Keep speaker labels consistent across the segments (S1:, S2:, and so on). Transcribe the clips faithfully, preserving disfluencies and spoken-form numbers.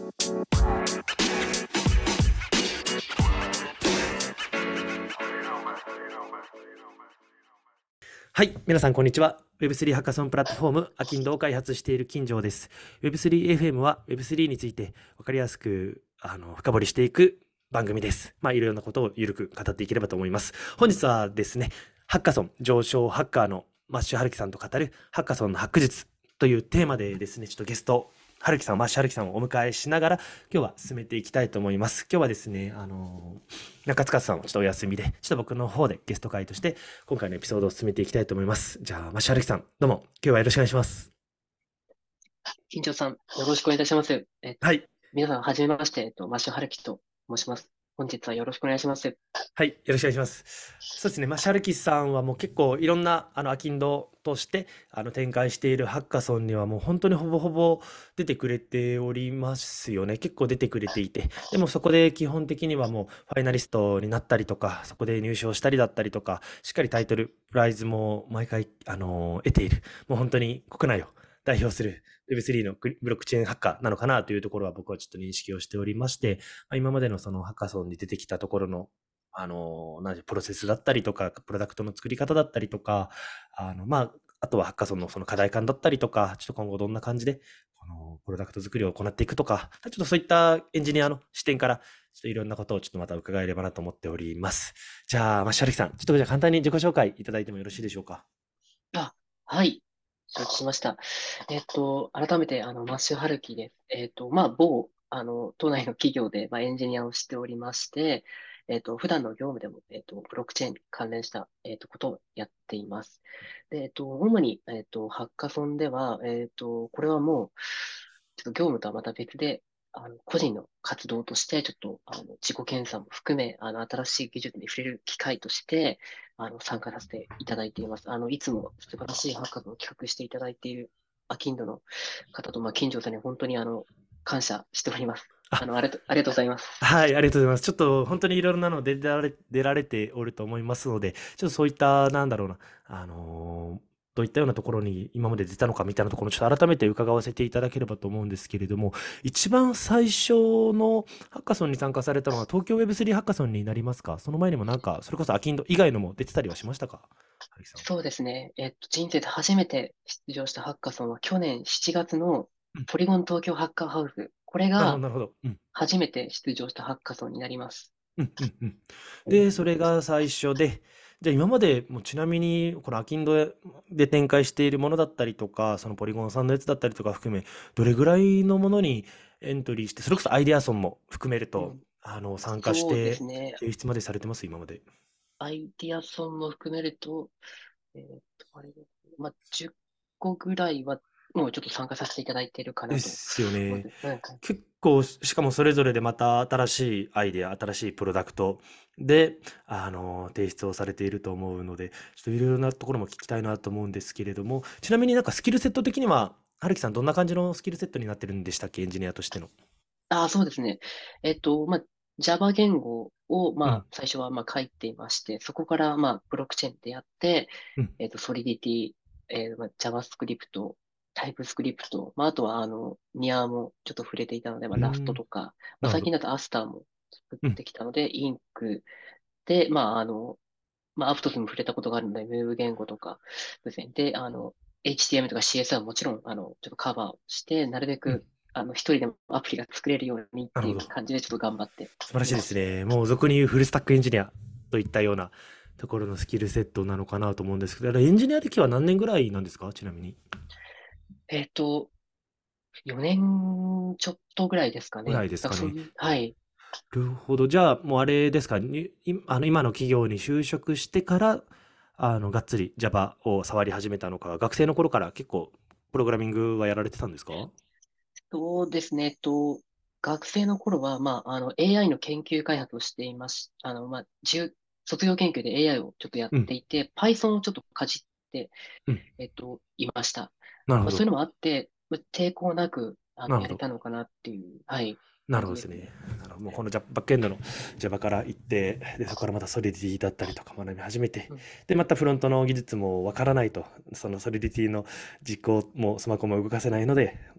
S1: はい、皆さんこんにちは。ウェブスリー ハッカソンプラットフォーム、アキンドを開発している金城です。ウェブスリーエフエム は ウェブスリー について分かりやすくあの深掘りしていく番組です。まあ、いろいろなことをゆるく語っていければと思います。本日はですね、ハッカソン上昇ハッカーのマッシュ・ハルキさんと語るハッカソンのハック術というテーマでですね、ちょっとゲスト、ハルキさん、マッシュ・ハルキさんをお迎えしながら、今日は進めていきたいと思います。今日はですね、あの中塚さんはちょっとお休みで、ちょっと僕の方でゲスト会として、今回のエピソードを進めていきたいと思います。じゃあ、マッシュ・ハルキさん、どうも、今日はよろしくお願いします。
S2: 金城さん、よろしくお願いいたします。えっと、
S1: はい。
S2: 皆さん、はじめまして、えっと、マッシュハルキと申します。本日はよろしくお願いします。
S1: はい、よろしくお願いします。そうですね、まあ、シャルキスさんはもう結構いろんなあのアキンドとしてあの展開しているハッカソンにはもう本当にほぼほぼ出てくれておりますよね。結構出てくれていて、でもそこで基本的にはもうファイナリストになったりとか、そこで入賞したりだったりとか、しっかりタイトル、プライズも毎回、あの得ている、もう本当に国内を代表する ウェブスリー のブロックチェーンハッカーなのかなというところは僕はちょっと認識をしておりまして、まあ今までのそのハッカソンに出てきたところのあの、なんでプロセスだったりとか、プロダクトの作り方だったりとか、あの、まあ、あとはハッカソンのその課題感だったりとか、ちょっと今後どんな感じで、このプロダクト作りを行っていくとか、ちょっとそういったエンジニアの視点から、ちょっといろんなことをちょっとまた伺えればなと思っております。じゃあ、まあ、シャルキさん、ちょっとじゃあ簡単に自己紹介いただいてもよろしいでしょうか。
S2: あ、はい。承知しました。えっと、改めて、あの、マッシュハルキです。えっと、まあ、某、あの、都内の企業で、まあ、エンジニアをしておりまして、えっと、普段の業務でも、えっと、ブロックチェーンに関連した、えっと、ことをやっています。で、えっと、主に、えっと、ハッカソンでは、えっと、これはもう、ちょっと業務とはまた別で、あの、個人の活動として、ちょっと、あの、自己研鑽も含め、あの、新しい技術に触れる機会として、あの、参加させていただいています。あの、いつも素晴らしいハッカーを企画していただいている、アキンドの方と、まあ、金城さんに本当に、あの、感謝しております。あ
S1: あ、
S2: の、ありがとう、ありがとうございます。
S1: はい、ありがとうございます。ちょっと本当にいろいろなので出られ、出られておると思いますので、ちょっとそういった、なんだろうな、あのーどういったようなところに今まで出たのかみたいなところをちょっと改めて伺わせていただければと思うんですけれども、一番最初のハッカソンに参加されたのは東京 ウェブスリー ハッカソンになりますか？その前にもなんか、それこそアキンド以外のも出てたりはしましたか？はるきさんは。
S2: そうですね。えっと、人生で初めて出場したハッカソンは去年しちがつの
S1: うん、
S2: ポリゴン東京ハッカーハウス。これ
S1: なるほど、
S2: が
S1: なるほど。うん。
S2: 初めて出場したハッカソンになります。
S1: うんうんうん。で、それが最初で、じゃあ今までもうちなみにこのアキンドで展開しているものだったりとか、そのポリゴンさんのやつだったりとか含め、どれぐらいのものにエントリーして、それこそアイデアソンも含めると、
S2: うん、
S1: あの、参加し
S2: そうです
S1: て
S2: ね。
S1: 提出までされてます、今まで。
S2: アイディアソンも含めると、えーっと、あれですね、まあ、じゅっこぐらいは、もうちょっと参加させていただいているかなと
S1: ですよね。
S2: 思います。うん
S1: 結構、しかもそれぞれでまた新しいアイデア、新しいプロダクトで、あの、提出をされていると思うので、ちょっといろいろなところも聞きたいなと思うんですけれども、ちなみになんかスキルセット的には、はるきさんどんな感じのスキルセットになってるんでしたっけ、エンジニアとしての。
S2: ああ、そうですね。えっと、まあ、Java 言語を、まあ、
S1: うん、
S2: 最初は、まあ、書いていまして、そこから、まあ、ブロックチェーンでやって、
S1: うん、
S2: えっと、Solidity、えーまあ、JavaScript、TypeScript、まあ、あとは、あの、ニアもちょっと触れていたので、まあ、
S1: うー
S2: Rust
S1: ん、
S2: とか、まあ、
S1: なるほど。
S2: 最近だと Aster も作っ
S1: うん、
S2: てきたので、インクで、まあ、あの、まあ、アプトスにも触れたことがあるので、ウェブ言語とかですね。で、あの、エイチティーエムエル とか シーエス はもちろん、あの、ちょっとカバーをして、なるべ
S1: うん、
S2: く、あの、一人でもアプリが作れるようにっていう
S1: なるほど。
S2: 感じでちょっと頑張って
S1: 素晴らしい
S2: います。
S1: ですね。もう俗に言うフルスタックエンジニアといったようなところのスキルセットなのかなと思うんですけど、エンジニア歴は何年ぐらいなんですか、ちなみに。
S2: えっと、よねんちょっとぐらいですか
S1: ぐら
S2: ね。
S1: いですかね。
S2: なんかそういう、はい。
S1: なるほど。じゃあ、もうあれですか、にいあの今の企業に就職してから、あのがっつり Java を触り始めたのか、学生の頃から結構プログラミングはやられてたんですか？
S2: そうですね。えっと、学生の頃は、まあ、あの、エーアイ の研究開発をしています。あの、まあ、中卒業研究で エーアイ をちょっとやっ
S1: うん、
S2: ていて、Python をちょっとかじって、
S1: うん。
S2: えっと、いました。まあ、そういう
S1: なるほど。
S2: のもあって、まあ抵抗なく、あの、
S1: なるほど。
S2: やれたのかなっていう、はい、
S1: な
S2: 感じですね。
S1: るほどですね。なるほど。もうこのジャバックエンドの Java から行って、で、そこからまた Solidity だったりとか学び始めて、
S2: うん、
S1: で、またフロントの技術もわからないと、その Solidity の実行もスマホも動かせないので、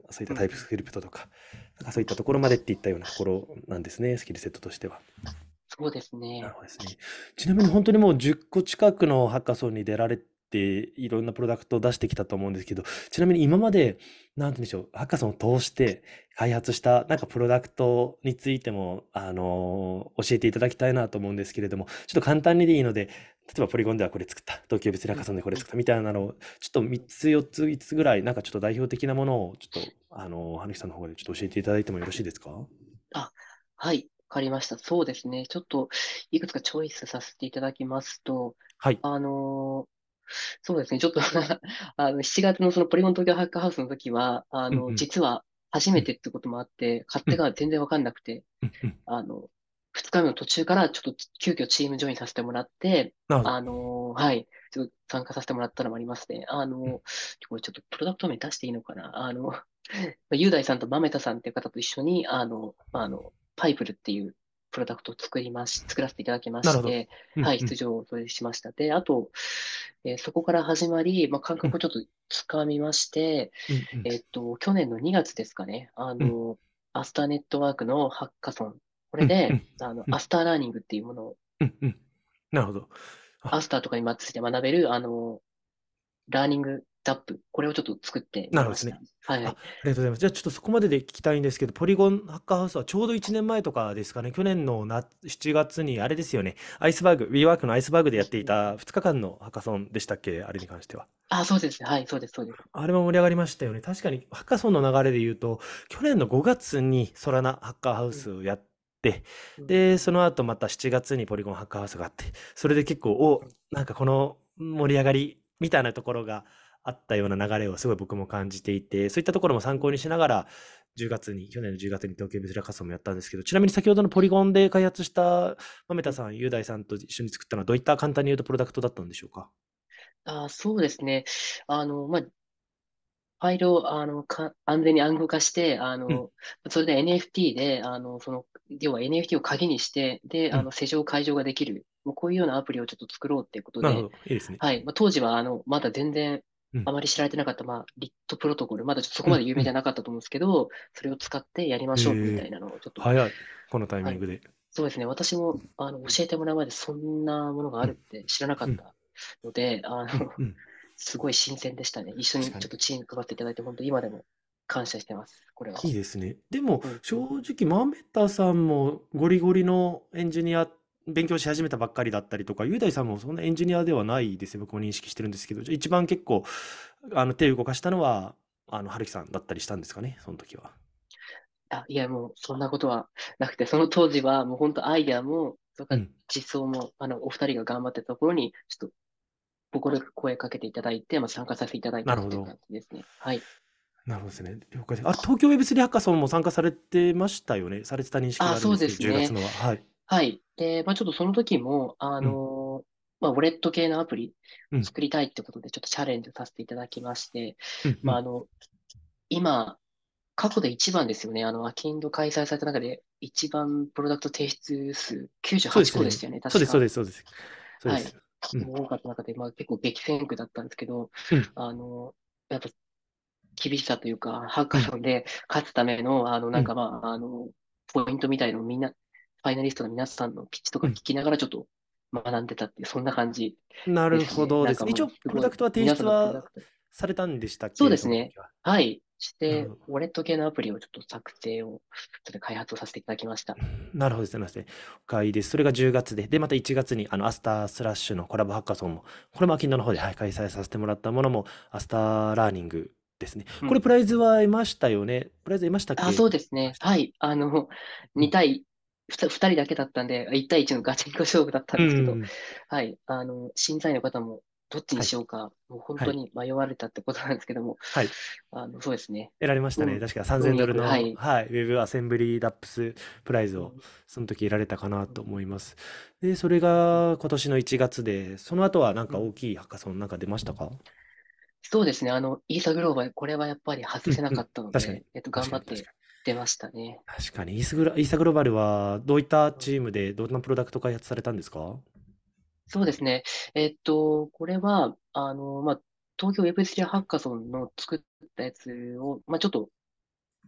S1: そういったタイプ
S2: うんうん。
S1: スクリプトとか、なんかそういったところまでっていったようなところなんですね、スキルセットとしては。
S2: そうです
S1: なる
S2: ね。
S1: ほどですね。ちなみに本当にもうじゅっこ近くのハッカソンに出られて、いろんなプロダクトを出してきたと思うんですけど、ちなみに今まで、なんて言うんでしょう、ハッカソンを通して開発したなんかプロダクトについても、あの、教えていただきたいなと思うんですけれども、ちょっと簡単にでいいので、例えばポリゴンではこれ作った、東京物理ハッ
S2: うん
S1: カソンでこれ
S2: うん
S1: 作ったみたいなのを、ちょっと3
S2: うん。
S1: つ、よっつ、いつつぐらい、なんかちょっと代表的なものを、ちょっと、あの、春樹さんの方でちょっと教えていただいてもよろしいですか？
S2: あ、はい、わかりました。そうですね。ちょっと、いくつかチョイスさせていただきますと、
S1: はい。
S2: あのーそうですね。ちょっとあの、しちがつのそのポリゴン東京ハッカーハウスの時は、あの、
S1: うんうん。
S2: 実は初
S1: うん
S2: めてってこともあって、勝
S1: うん
S2: 手が全然わかんなくて、
S1: うんうん。
S2: あの、二日目の途中からちょっと急遽チームジョインさせてもらって、
S1: なるほど。
S2: あの、はい、ちょっと参加させてもらったのもありますね。あ
S1: うん
S2: の、これちょっとプロダクト名出していいのかな。あの、雄大さんと豆田さんっていう方と一緒に、あの、あの、パイプルっていうプロダクトを作りまし、作らせていただきま
S1: なるほど。
S2: して、はい、
S1: うんうん。
S2: 出場をそれでしました。で、あと、えーそこから始まり、まあ、感
S1: うん
S2: 覚をちょっとつかみまして、
S1: うんうん
S2: えっと、去年のにがつですかね、あ
S1: うん
S2: の、アスターネットワークのハッカソン、こ
S1: うんう
S2: れで、
S1: ん
S2: あの、
S1: うん
S2: アスターラーニングっていうものを、
S1: うんうん。なるほど。あ、
S2: アスターとかについて学べる、あの、ラーニングダップ、これをちょっと作って
S1: なるほどですね。
S2: みました。はいは
S1: あ、あ
S2: い。
S1: りがとうございます。じゃあちょっとそこまでで聞きたいんですけど、ポリゴンハッカーハウスはちょうどいちねんまえとかですかね。去年のなしちがつにあれですよね。アイスバーグ、WeWork のアイスバーグでやっていたふつかかんのハッカソンでしたっけ、あれに関しては。
S2: あ、そうですね。はい、そうです、そうです。
S1: あれも盛り上がりましたよね。確かにハッカソンの流れで言うと、去年のごがつにソラナハッカーハウ
S2: うん、
S1: スをやって、
S2: うん、
S1: で、
S2: うん、
S1: その後またしちがつにポリゴンハッカーハウスがあって、それで結構、お、
S2: うん。
S1: なんかこの盛り上がりみたいなところがあったような流れをすごい僕も感じていて、そういったところも参考にしながら、じゅうがつに、去年のじゅうがつに東京ビズラカソンもやったんですけど、ちなみに先ほどのポリゴンで開発した豆
S2: うん。
S1: 田さん、雄大さんと一緒に作ったのはどういった簡単に言うとプロダクトだったんでしょうか？
S2: あ、そうですね。あの、まあ、ファイルを、あの、か、安全に暗号化して、あ
S1: うん、
S2: の、それで エヌエフティー で、あの、その、要は エヌエフティー を鍵にして、で、
S1: うん。
S2: あの、施錠解錠ができる。もうこういうようなアプリをちょっと作ろうっていうことで、
S1: なるほど。いいですね。
S2: はい。まあ、当時は、あの、まだ全然、
S1: うん、
S2: あまり知られてなかった、まあ、リットプロトコル、まだちょっとそこ
S1: うん、
S2: まで有
S1: うん。
S2: 名じゃなかったと思うんですけど、それを使ってやりましょうみ
S1: へえ、
S2: たいなのをちょっと、
S1: 早い。このタイ
S2: はい。
S1: ミングで。
S2: そうですね。私も、あの、教えてもらうまでそんなものがあ
S1: うん、
S2: るって知らなか
S1: うん、
S2: ったので、あの、
S1: うん、うん。
S2: すごい新鮮でしたね。一緒
S1: 確かに。
S2: にちょっとチーム配っていただいて、本当今でも感謝してます。これは。
S1: いいですね。でも、
S2: うんうん。
S1: 正直、マメタさんもゴリゴリのエンジニア、勉強し始めたばっかりだったりとか、雄大さんもそんなエンジニアではないですよ。僕も認識してるんですけど、じゃあ一番結構、あの、手を動かしたのは、あの、春樹さんだったりしたんですかね、その時は。
S2: あ、いや、もうそんなことはなくて、その当時はもう本当アイデアも、それから
S1: うん。
S2: 実装も、あの、お二人が頑張ってたところに、ちょっと快く声かけていただいて、まあ、参加させていただいたっていう
S1: なるほど。
S2: 感じですね。はい。
S1: なるほどですね。了解です。あれ、東京ウェブスリーハッカソンも参加されてましたよね。されてた認識が
S2: あ、そう
S1: あるんですけど、10
S2: ですね。
S1: 月のは。はい。
S2: はい。で、まあ、ちょっとその時も、あ
S1: うん。
S2: の、まあ、ウォレット系のアプリ
S1: うん。
S2: 作りたいってことで、ちょっとチャレンジさせていただきまして、
S1: うん。う
S2: まあ、
S1: ん。
S2: あの、今、過去で一番ですよね。あの、アキンド開催された中で一番プロダクト提出数98
S1: そうですね。
S2: 個でしたよね、
S1: そうです、そう
S2: 確か。
S1: です、そうです。そうで
S2: はい。
S1: す。うん。
S2: 多かった中で、まあ結構激戦区だったんですけど、
S1: うん。
S2: あの、やっぱ厳しさというか、ハッカ
S1: うん。
S2: ソンで勝つための、あの、
S1: うん。
S2: なんかまあ、あの、ポイントみたいのをみんな、ファイナリストの皆さんのピッチとか聞
S1: うん。
S2: きながらちょっと学んでたっていう、そんな感じ
S1: なる
S2: ですね。
S1: ほどですね。
S2: なんかもう、
S1: 一応、
S2: すごい、
S1: プロダクトは提
S2: 皆さんのプロ
S1: 出は
S2: ダクト。
S1: されたんでしたっけ、
S2: そうですね。
S1: その時は。
S2: はい。して、
S1: なるほど。
S2: ウォレット系のアプリをちょっと作成を、ちょっと開発をさせていただきました。
S1: なるほどですね。了解です。それがじゅうがつで、で、またいちがつに、あの、アスタースラッシュのコラボハッカソンも、これも Akindo の方で、はい、開催させてもらったものも、アスターラーニングですね。これ、
S2: うん、
S1: プライ
S2: うん、
S1: ズはいましたよね。プライズいましたっ
S2: あ、
S1: け？
S2: そうですね。はい。あの、に
S1: うん。
S2: 対、ふた、ふたりだけだったんで、いち対いちのガチンコ勝負だったん
S1: う
S2: ですけど、
S1: ん。
S2: はい。あの、審査員の方も、どっちに
S1: はい。
S2: しようか、もう本
S1: はい。
S2: 当に迷われたってことなんですけども、
S1: はい。
S2: あの、そうですね。
S1: 得られましたね。
S2: うん、
S1: 確か3000ドル
S2: 運よく、は
S1: の、
S2: い。
S1: はい、ウェブアセンブリダップスプライズを、
S2: うん、
S1: その時得られたかなと
S2: うん、
S1: 思います。で、それ
S2: うん、
S1: が今年のいちがつで、その後はなん
S2: うん。
S1: か大きいハッカソンなんか出ましたか？
S2: そうですね。あの、イーサグローバー、これはやっぱり外
S1: うんうん。
S2: せなかったの
S1: 確かに。
S2: で、えっと、
S1: 確
S2: 頑張って
S1: かに確かに。
S2: 出ましたね。
S1: 確かに。イースグラ、イーサグローバルはどういった
S2: うん、
S1: チームでどんなプロダクト開発されたんですか？
S2: そうですね。えっと、これは、あの、まあ、東京 ウェブスリー ハッカソンの作ったやつを、まあ、ちょっと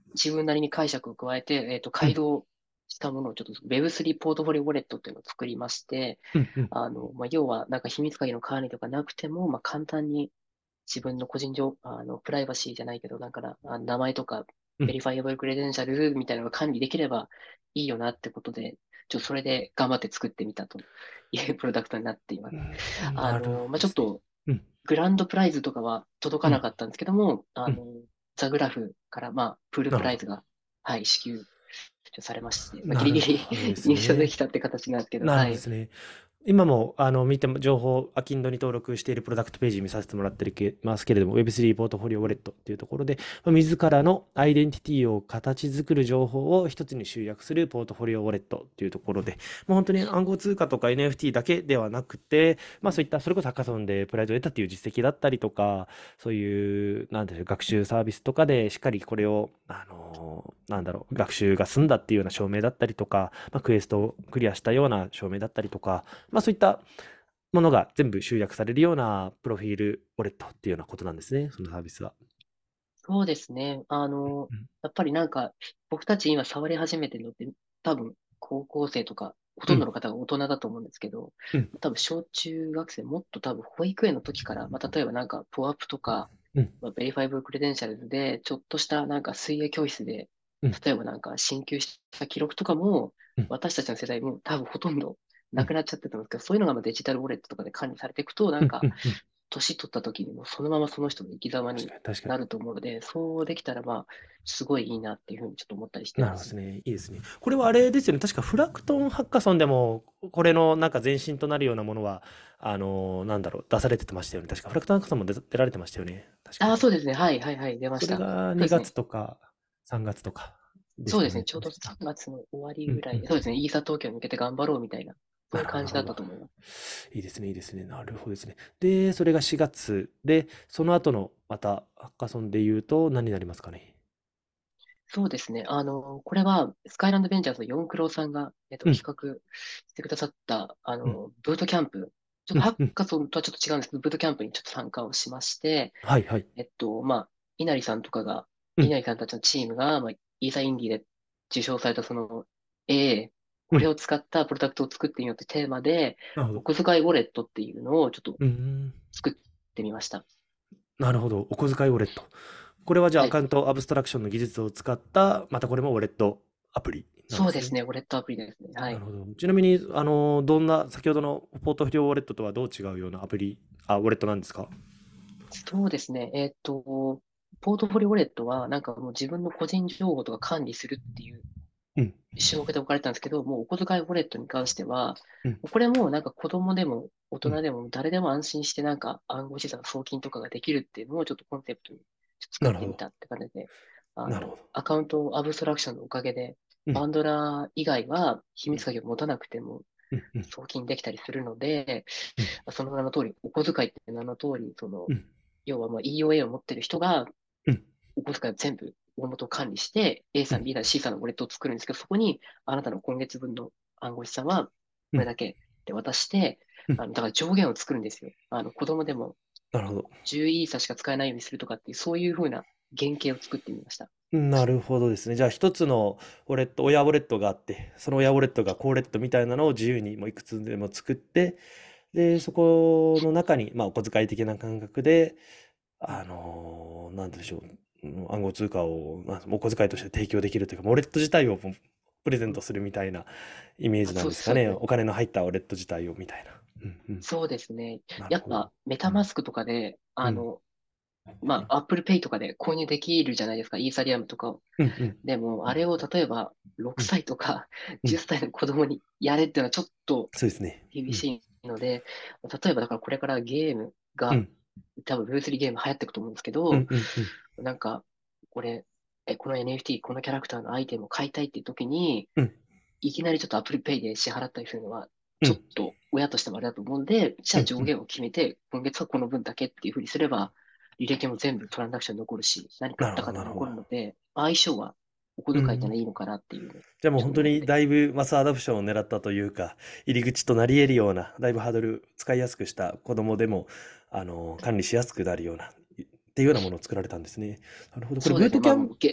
S2: 自分なりに解釈を加えて、えっと、
S1: うん、
S2: 改動したものをちょっと ウェブスリー ポートフォリオウォレットっていうのを作りまして、
S1: うん、うん、
S2: あの、まあ、要はなんか秘密鍵の管理とかなくても、まあ、簡単に自分の個人情、あの、プライバシーじゃないけど、だから、あ名前とか、
S1: うん。
S2: ベリファイアブルクレデンシャルみたいなのが管理できればいいよなってことで、ちょっとそれで頑張って作ってみたというプロダクトになっています。
S1: うんなる
S2: あの、まあ、
S1: ほどですね。
S2: ちょっと、
S1: うん、
S2: グランドプライズとかは届か
S1: うん、
S2: なかったんですけども、あ
S1: うん。
S2: の、ザグラフから、まあ、プール
S1: なるほど。
S2: プライズが、はい、支給されまして、まあ、ギ
S1: なる
S2: リギリ
S1: ほどで
S2: 入賞で
S1: すね。
S2: きたって形なんですけど、
S1: なる
S2: はい。
S1: ほどですね。今もあの見ても情報、アキンドに登録しているプロダクトページ見させてもらってるけますけれども、ウェブスリー ポートフォリオウォレットっていうところで、まあ自らのアイデンティティを形作る情報を一つに集約するポートフォリオウォレットっていうところで、もう本当に暗号通貨とか エヌエフティー だけではなくて、まあそういったそれこそハッカソンでプライズを得たっていう実績だったりとか、そういう、なんでしょう、学習サービスとかでしっかりこれを、あの、なんだろう、学習が済んだっていうような証明だったりとか、まあ、クエストをクリアしたような証明だったりとか、まあそういったものが全部集約されるようなプロフィールウォレットっていうようなことなんですね、そのサービスは。
S2: そうですね。あの、
S1: うん、
S2: やっぱりなんか、僕たち今触り始めてるのって、多分、高校生とか、ほ
S1: うん、
S2: とんどの方が大人だと思うんですけど、
S1: うん、
S2: 多分、小中学生、もっと多分、保育園の時から、まあ、例えばなんか、ポアップとか、
S1: うん、
S2: まあ、ベリファイブクレデンシャルズで、ちょっとしたなんか、水泳教室で、
S1: うん、
S2: 例えばなんか、進級した記録とかも、
S1: うん、
S2: 私たちの世代も多分ほとんど
S1: うん、
S2: なくなっちゃってたんですけど、そういうのがまあデジタルウォレットとかで管理されていくと、な
S1: うん、
S2: んか、
S1: うん。うん
S2: 年取った時にもそのままその人の生き様に
S1: 確かに、確かに。
S2: なると思うので、そうできたらまあ、すごいいいなっていうふうにちょっと思ったりしてます。
S1: なるほどですね。いいですね。これはあれですよね。確かフラクトンハッカソンでも、これのなんか前身となるようなものは、あのーなんだろう、出されてましたよね。確かフラクトンハッカソンも出出られてましたよね。確か
S2: ああ、
S1: に。
S2: そうですね。はい、はい、はい、出ま
S1: それ
S2: した。
S1: が2
S2: そうですね。
S1: 月とかさんがつとかでしたよね。
S2: そうですね。ちょうどさんがつの終わりぐらいで、
S1: うんうん。
S2: そうですね。イーサ東京に向けて頑張ろうみたいな、そう
S1: なるほど、
S2: いう感じだ
S1: なるほど。
S2: ったと思います。
S1: いいですね、いいですね。なるほどですね。で、それがしがつで、その後のまたハッカソンで言うと何になりますかね。
S2: そうですね。あの、これは、スカイランドベンチャーズのヨンクロウさんが、えっと、
S1: うん、
S2: 企画してくださった、あ
S1: うん、
S2: の、ブートキャンプ。ちょっ
S1: うん、
S2: とハッ
S1: うん。
S2: カソンとはちょっと違うんですけど、ブートキャンプにちょっと参加をしまして、
S1: はい、はい。
S2: えっと、まあ、稲荷さんとかが、
S1: うん、
S2: 稲荷さんたちのチームが、まあ、イーサインディーで受賞されたその エーエー、
S1: うん。
S2: これを使ったプロダクトを作ってみようってテーマで、
S1: なるほど。
S2: お小遣いウォレットっていうのをちょっと
S1: うーん。
S2: 作ってみました。
S1: なるほど。お小遣いウォレット。これはじゃあア
S2: はい。
S1: カウントアブストラクションの技術を使った、またこれもウォレットアプリなんですね。
S2: そうですね。ウォレットアプリですね。はい。
S1: なるほど。ちなみに、あの、どんな、先ほどのポートフォリオウォレットとはどう違うようなアプリ、あ、ウォレットなんですか？
S2: そうですね。えっと、ポートフォリオウォレットは、なんかもう自分の個人情報とか管理するっていう
S1: うん、
S2: 種目で置かれてたんですけど、もうお小遣いウォレットに関しては、
S1: うん、
S2: これもなんか子供でも大
S1: うん。
S2: 人でも誰でも安心してなんか暗号資産送金とかができるっていうのをちょっとコンセプトに作
S1: なるほど。
S2: ってみたって感じで、あの、
S1: なるほど。
S2: アカウントアブストラクションのおかげで、
S1: うん、
S2: バンドラー以外は秘
S1: うん、
S2: 密鍵を持たなくても
S1: うん、うん、
S2: 送金できたりするので、
S1: うん、
S2: その名の通り、お小遣いって名の通り、その、
S1: うん、
S2: 要はまあ イーオーエー を持ってる人が
S1: うん、
S2: お小遣いを全部大元を管理して、A さん、
S1: うん、
S2: B さん、C さんのウォレットを作るんですけど、そこにあなたの今月分の暗号資産は
S1: うん、
S2: これだけで渡して、
S1: うん
S2: あの、だから上限を作るんですよ。あの、子供でも
S1: なるほど。
S2: じゅうイーサしか使えないようにするとかっていう、そういうふうな原型を作ってみました。
S1: なるほどですね。じゃあ一つのウォレット、親ウォレットがあって、その親ウォレットがコーレットみたいなのを自由にもういくつでも作って、で、そこの中に、まあ、お小遣い的な感覚で、あのーなんでしょう、うん暗号通貨を、まあ、お小遣いとして提供できるというか、ウォレット自体をもうプレゼントするみたいなイメージ
S2: あ、そうです、
S1: なんですかね。
S2: そうです。
S1: お金の入ったウォレット自体をみたいな。うんうん。
S2: そうですね。
S1: なるほど。
S2: やっぱ、メタ
S1: うん。
S2: マスクとかで、
S1: うん。
S2: あの、まあ、Apple Pay とかで購入できるじゃないですか、イーサリアムとかを。
S1: うんうん。
S2: でも、あれを例えば、6
S1: うん。
S2: 歳とか10
S1: うん。
S2: 歳の子供にやれっていうのはちょっと
S1: そうですね。うん。
S2: 厳しいので、例えばだからこれからゲームが、
S1: うん。
S2: 多分 ブイスリー ゲーム流行っていくと思うんですけ
S1: うん
S2: ど、
S1: うんうん。
S2: なんか、これ、え、この エヌエフティー、このキャラクターのアイテムを買いたいっていう時に、
S1: うん。
S2: いきなりちょっと Apple Pay で支払ったりするのは、
S1: うん。
S2: ちょっと親としてもあれだと思うんで、じゃ
S1: うん。うん。
S2: あ上限を決めて、今月はこの分だけっていうふうにすれば、履歴も全部トランザクション残るし、何買
S1: なるほど、
S2: ったかでも残
S1: なるほど。
S2: るので、相性はお小
S1: うん。
S2: 遣いってのはいいのかなっていうのを
S1: じゃあもう
S2: ちょっと
S1: 本当に
S2: 思って。
S1: だいぶマスアダプションを狙ったというか、入り口となり得るような、だいぶハードル使いやすくした子供でも、あの、管理しやすくなるような、いっていうようなものを作られたんですね。なるほど。これ
S2: そうですね。まあ、
S1: ブートキャンプ、
S2: ゲ、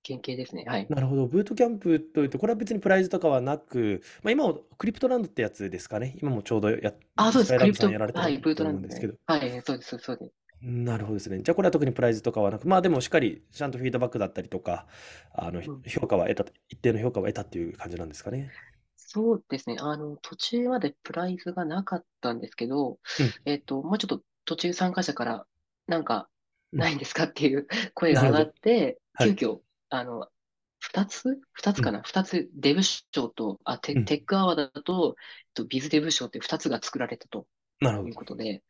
S2: 原型ですね。はい。
S1: なるほど。ブートキャンプというと、これは別にプライズとかはなく、まあ、今もクリプトランドってやつですかね。今もちょうどや、
S2: あ、そうです。
S1: スカイラブさんや
S2: クリプト、
S1: られてる
S2: はい、ブー
S1: と
S2: トランドね。
S1: 思うんですけど。
S2: はい、そうです、そうです。
S1: なるほどですね。じゃあこれは特にプライズとかはなく、まあでもしっかりちゃんとフィードバックだったりとか、あの、
S2: うん。
S1: 評価は得た、一定の評価は得たっていう感じなんですかね。
S2: そうですね。あの、途中までプライズがなかったんですけど、
S1: うん、
S2: えっと、もうちょっと途中参加者から、なんか、
S1: うん。
S2: ないんですかっていう声が上が
S1: なるほど。
S2: って、
S1: はい。
S2: 急遽、あの、二つ二つ
S1: うん、
S2: かな二つデブ賞と、あ、テ、
S1: うん。
S2: テックアワードと、えっと、ビズデブ賞って二つが作られたという
S1: なるほど。
S2: ことで、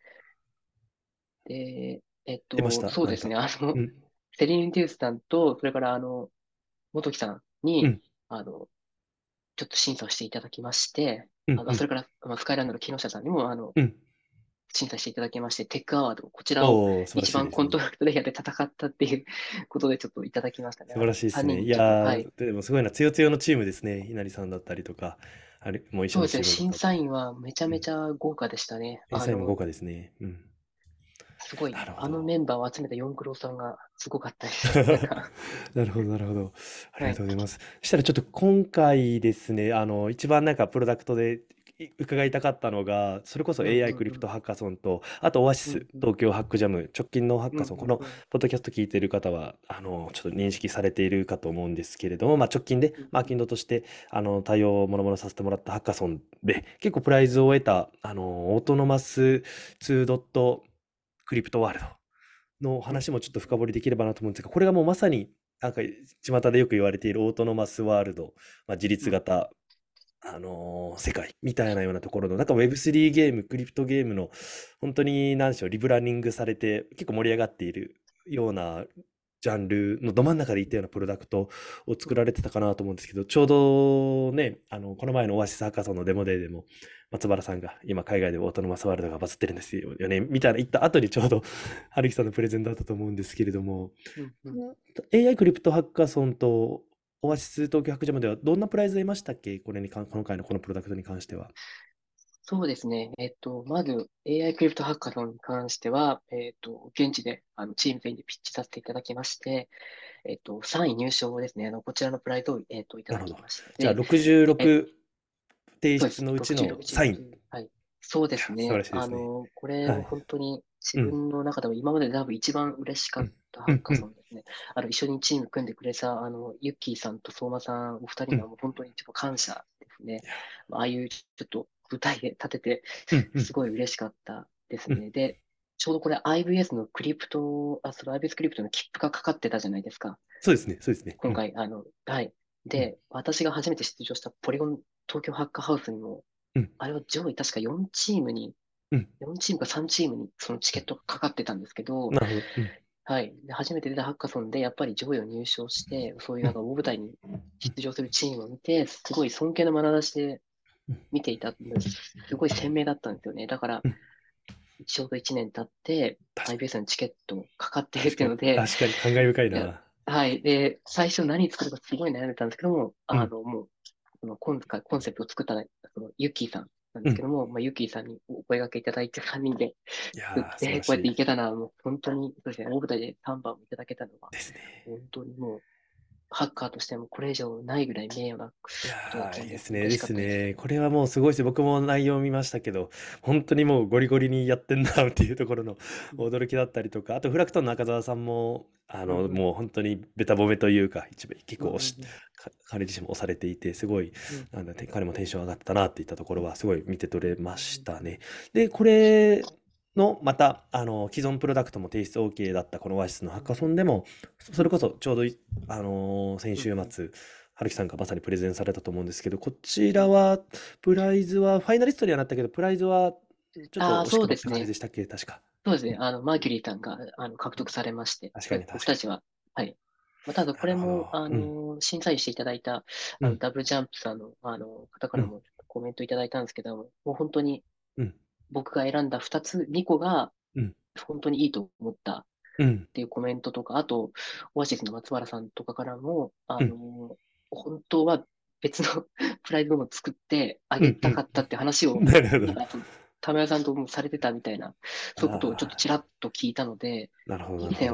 S2: で、えっと、
S1: 出ました、何か。
S2: そうですね。あの、
S1: うん、
S2: セリーヌ・デュースさんと、それからあの、元木さんに、
S1: うん、
S2: あの、ちょっと審査をしていただきまして、
S1: うん、
S2: あの、
S1: うん、
S2: それから、まあ、スカイランドの木下さんにも、あの、
S1: うん。
S2: 審査していただきまして、テックアワード、こちらを
S1: おー、素晴ら
S2: 一番コント
S1: しいですね。
S2: ロールプレイヤーで戦ったっていうことでちょっといただきましたね。
S1: 素晴ら
S2: あの、
S1: しいですね。い
S2: さんにんちょっと、はい。
S1: やー、でもすごいな、つよつよのチームですね。稲荷さんだったりとか、あれ、もう一緒の
S2: そうですね、
S1: チームだったって。
S2: 審査員はめちゃ
S1: うん。
S2: めちゃ豪華でしたね。あの、
S1: 審査員も豪華ですね。うん。
S2: すごい、
S1: なるほ
S2: あのメ
S1: ど。
S2: ンバーを集めた四クロさんがすごかったです。なんか、
S1: なるほど、なるほど。あり
S2: はい。
S1: がとうございます。そしたらちょっと今回ですね、あの、一番なんかプロダクトでい伺いたかったのが、それこそ
S2: うん
S1: エーアイ
S2: うんうん。
S1: クリプトハッカソンと、あとオアシス
S2: うんうん
S1: 東京ハックジャム、直近のハッ
S2: うん
S1: カソン、この
S2: うんうん
S1: ポッドキャスト聞いている方は、あの、ちょっと認識されているかと思うんですけれども、まあ、直近で
S2: うん
S1: マーキンドとして、あの、対応をもろもろさせてもらったハッカソンで、結構プライズを得た、あの、オートノマスツードットクリプトワールドの
S2: うん
S1: 話もちょっと深掘りできればなと思うんですが、これがもうまさに、なんか、巷でよく言われているオートノマスワールド、まあ、自
S2: うんうん
S1: 立型、あのー世界みたいなようなところの、なんか ウェブスリー ゲーム、クリプトゲームの、本当に、何でしょう、リブランディングされて、結構盛り上がっているようなジャンルのど真ん中でいったようなプロダクトを作られてたかなと思うんですけど、ちょうどね、あの、この前のオアシスハッカソンのデモデーでも、松原さんが今海外でオートノマスワールドがバズってるんですよね、みたいな言った後にちょうど春樹さんのプレゼンだったと思うんですけれども、
S2: うんうん。
S1: エーアイ クリプトハッカソンとオアシス東京白ジャムではどんなプライズ得ましたっけ、これにかん、今回のこのプロダクトに関しては。
S2: そうですね。えっと、まず エーアイ クリプトハッカソンに関しては、えっと、現地であのチーム全員でピッチさせていただきまして、えっと、さんい入賞をですね、あの、こちらのプライドを、えっと、いただ
S1: なるほど。
S2: きました。
S1: じゃあ
S2: で、え、
S1: ろくじゅうろく提
S2: そうです。
S1: 出のうち
S2: ろくじゅう、
S1: のサイン。い
S2: ろくじゅうろく。はい。そうで
S1: や、素晴
S2: すね。
S1: らしいですね。
S2: あの、これは
S1: はい。
S2: 本当に自
S1: うん。
S2: 分の中でも今までで多分一番嬉しかっ
S1: うん。
S2: たハッ
S1: うん。うん。
S2: カソンですね。あの、一緒にチーム組んでくれた、あの、ユッキーさんと相馬さん、お二人
S1: うん。
S2: にはもう本当にちょっと感謝ですね。
S1: いや、
S2: ああいうちょっと舞台で立てて、
S1: うん。うん。
S2: すごい嬉しかったです
S1: うん。
S2: ね。で、ちょうどこれ アイブイエス のクリプト、あ、その アイブイエス クリプトの切符がかかってたじゃないですか。
S1: そうですね。そうですね。うん。
S2: 今回、あの、はい。
S1: うん。
S2: で、私が初めて出場したポリゴン東京ハッカーハウスにも、
S1: うん。
S2: あれは上位確かよんチームに、
S1: うん。
S2: よんチームかさんチームにそのチケットがかかってたんですけど、
S1: なるほど。うん。
S2: はい。で、初めて出たハッカソンで、やっぱり上位を入賞して、そういう
S1: うん。
S2: なんか大舞台に出場するチームを見て、すごい尊敬の眼差しで
S1: うん。
S2: 見ていたんです。すごい鮮明だったんですよね。だから、
S1: うん。
S2: ちょうどいちねん経って、
S1: 確か
S2: アイビーエス のチケットかかってるっ
S1: 確かに。
S2: ていうので、
S1: 確かに。感慨深い
S2: いや、
S1: な。
S2: はい。で、最初何作るかすごい悩んでたんですけども、
S1: うん。
S2: あの、もう、そのコンコンセプトを作った、そのユッキーさんなんで
S1: うん。
S2: すけども、まあ、ユッキーさんにお声掛けいただいてさんにんで作っ
S1: いやー、素晴
S2: て、
S1: らしい
S2: こうやっていけたのは、もう本当に、そうですね、大舞台でさんばんもいただけたのは、
S1: ですね。
S2: 本当にもう、ハッカーとしてもこれ以上ないぐらい名誉な
S1: いや
S2: ことだった
S1: ー、い
S2: ので、
S1: いですね。
S2: 嬉
S1: です
S2: しかったです。
S1: ね。これはもうすごいです。僕も内容を見ましたけど、本当にもうゴリゴリにやってんなっていうところの
S2: うん
S1: 驚きだったりとか、あとフラクトの中澤さんも、あの、
S2: うんうん
S1: もう本当にベタ褒めというか、一部結
S2: うんう
S1: 構押し、
S2: ん
S1: か彼自身も押されていて、すごい、
S2: うん
S1: なんだ、て彼もテンション上がったなっていったところは、すごい見て取れま
S2: うん
S1: したね。で、これの、また、あの、既存プロダクトも提出 OK だったこのオアシスのハッカソンでも、それこそちょうどい、あの先
S2: うんうん。
S1: 週末、春樹さんがまさにプレゼンされたと思うんですけど、こちらは、プライズは、ファイナリストにはなったけど、プライズはちょっと
S2: ああ、
S1: 惜しくなった
S2: そうですね。
S1: 感じでしたっけ、確か。
S2: そうですね。あの、マーキュリーさんが、あの、獲得されまして、
S1: 確か
S2: で、
S1: に確かに。
S2: 僕たちは、はい。まあ、ただ、こ
S1: なるほど。
S2: れも、あ
S1: うん。
S2: の、審査員していただいた、あの、
S1: うん。
S2: ダブルジャンプさんの、あの、方か
S1: うん。
S2: らもコメントいただいたんですけども、もう本当に
S1: うん。
S2: 僕が選んだふたつ、にこが、
S1: うん。
S2: 本当にいいと思ったっ
S1: うん。
S2: ていうコメントとか、あと、オアシスの松原さんとかからも、あ
S1: うん。
S2: の、本当は別のプライドも作ってあ
S1: うん。
S2: げ
S1: うん。
S2: たかったって話を、
S1: なるほど。
S2: あと、田村さんともされてたみたいな、そういうことをちょっと
S1: ああ、
S2: ちらっと聞いたので、
S1: なるほど、
S2: いい点は、
S1: なるほど。